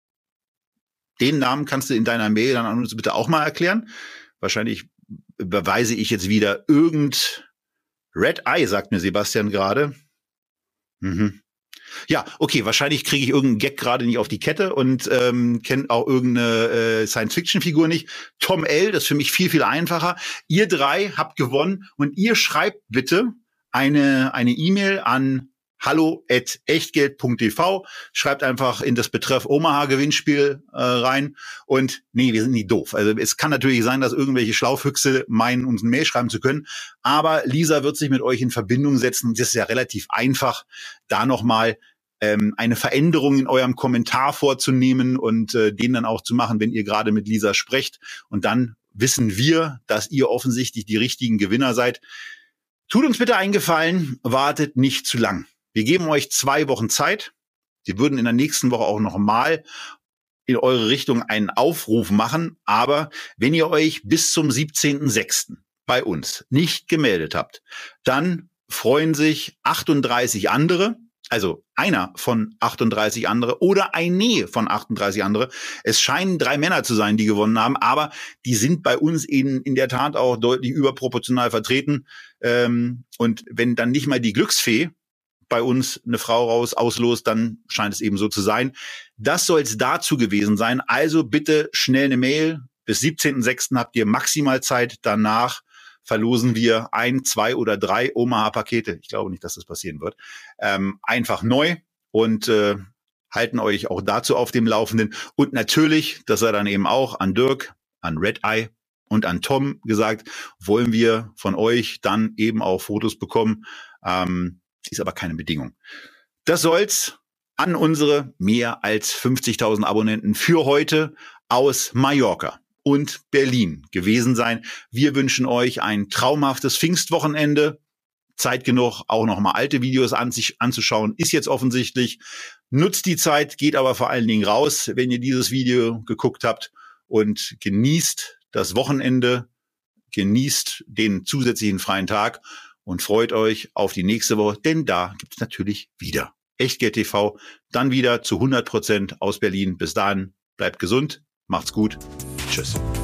Den Namen kannst du in deiner Mail dann an uns bitte auch mal erklären. Wahrscheinlich überweise ich jetzt wieder irgend Red Eye, sagt mir Sebastian gerade. Mhm. Ja, okay, wahrscheinlich kriege ich irgendeinen Gag gerade nicht auf die Kette und ähm, kenne auch irgendeine äh, Science-Fiction-Figur nicht. Tom L., das ist für mich viel, viel einfacher. Ihr drei habt gewonnen und ihr schreibt bitte eine eine E-Mail an hallo at echtgeld punkt t v, schreibt einfach in das Betreff Omaha-Gewinnspiel äh, rein und nee, wir sind nicht doof. Also es kann natürlich sein, dass irgendwelche Schlauffüchse meinen, uns eine Mail schreiben zu können, aber Lisa wird sich mit euch in Verbindung setzen. Das ist ja relativ einfach, da nochmal ähm, eine Veränderung in eurem Kommentar vorzunehmen und äh, den dann auch zu machen, wenn ihr gerade mit Lisa sprecht. Und dann wissen wir, dass ihr offensichtlich die richtigen Gewinner seid. Tut uns bitte einen Gefallen, wartet nicht zu lang. Wir geben euch zwei Wochen Zeit. Wir würden in der nächsten Woche auch noch mal in eure Richtung einen Aufruf machen. Aber wenn ihr euch bis zum siebzehnten sechsten bei uns nicht gemeldet habt, dann freuen sich achtunddreißig andere, also einer von achtunddreißig andere oder eine von achtunddreißig andere. Es scheinen drei Männer zu sein, die gewonnen haben, aber die sind bei uns in, in der Tat auch deutlich überproportional vertreten. Ähm, und wenn dann nicht mal die Glücksfee bei uns eine Frau raus auslost, dann scheint es eben so zu sein. Das soll es dazu gewesen sein. Also bitte schnell eine Mail. Bis siebzehnten sechsten habt ihr maximal Zeit. Danach verlosen wir ein, zwei oder drei Omaha-Pakete. Ich glaube nicht, dass das passieren wird. Ähm, einfach neu und äh, halten euch auch dazu auf dem Laufenden. Und natürlich, das sei dann eben auch an Dirk, an Red Eye und an Tom gesagt, wollen wir von euch dann eben auch Fotos bekommen. Ähm, ist aber keine Bedingung. Das soll's an unsere mehr als fünfzigtausend Abonnenten für heute aus Mallorca und Berlin gewesen sein. Wir wünschen euch ein traumhaftes Pfingstwochenende. Zeit genug, auch noch mal alte Videos an sich anzuschauen, ist jetzt offensichtlich. Nutzt die Zeit, geht aber vor allen Dingen raus, wenn ihr dieses Video geguckt habt und genießt das Wochenende, genießt den zusätzlichen freien Tag und freut euch auf die nächste Woche, denn da gibt's natürlich wieder Echtgeld T V, dann wieder zu hundert Prozent aus Berlin. Bis dahin, bleibt gesund, macht's gut, tschüss.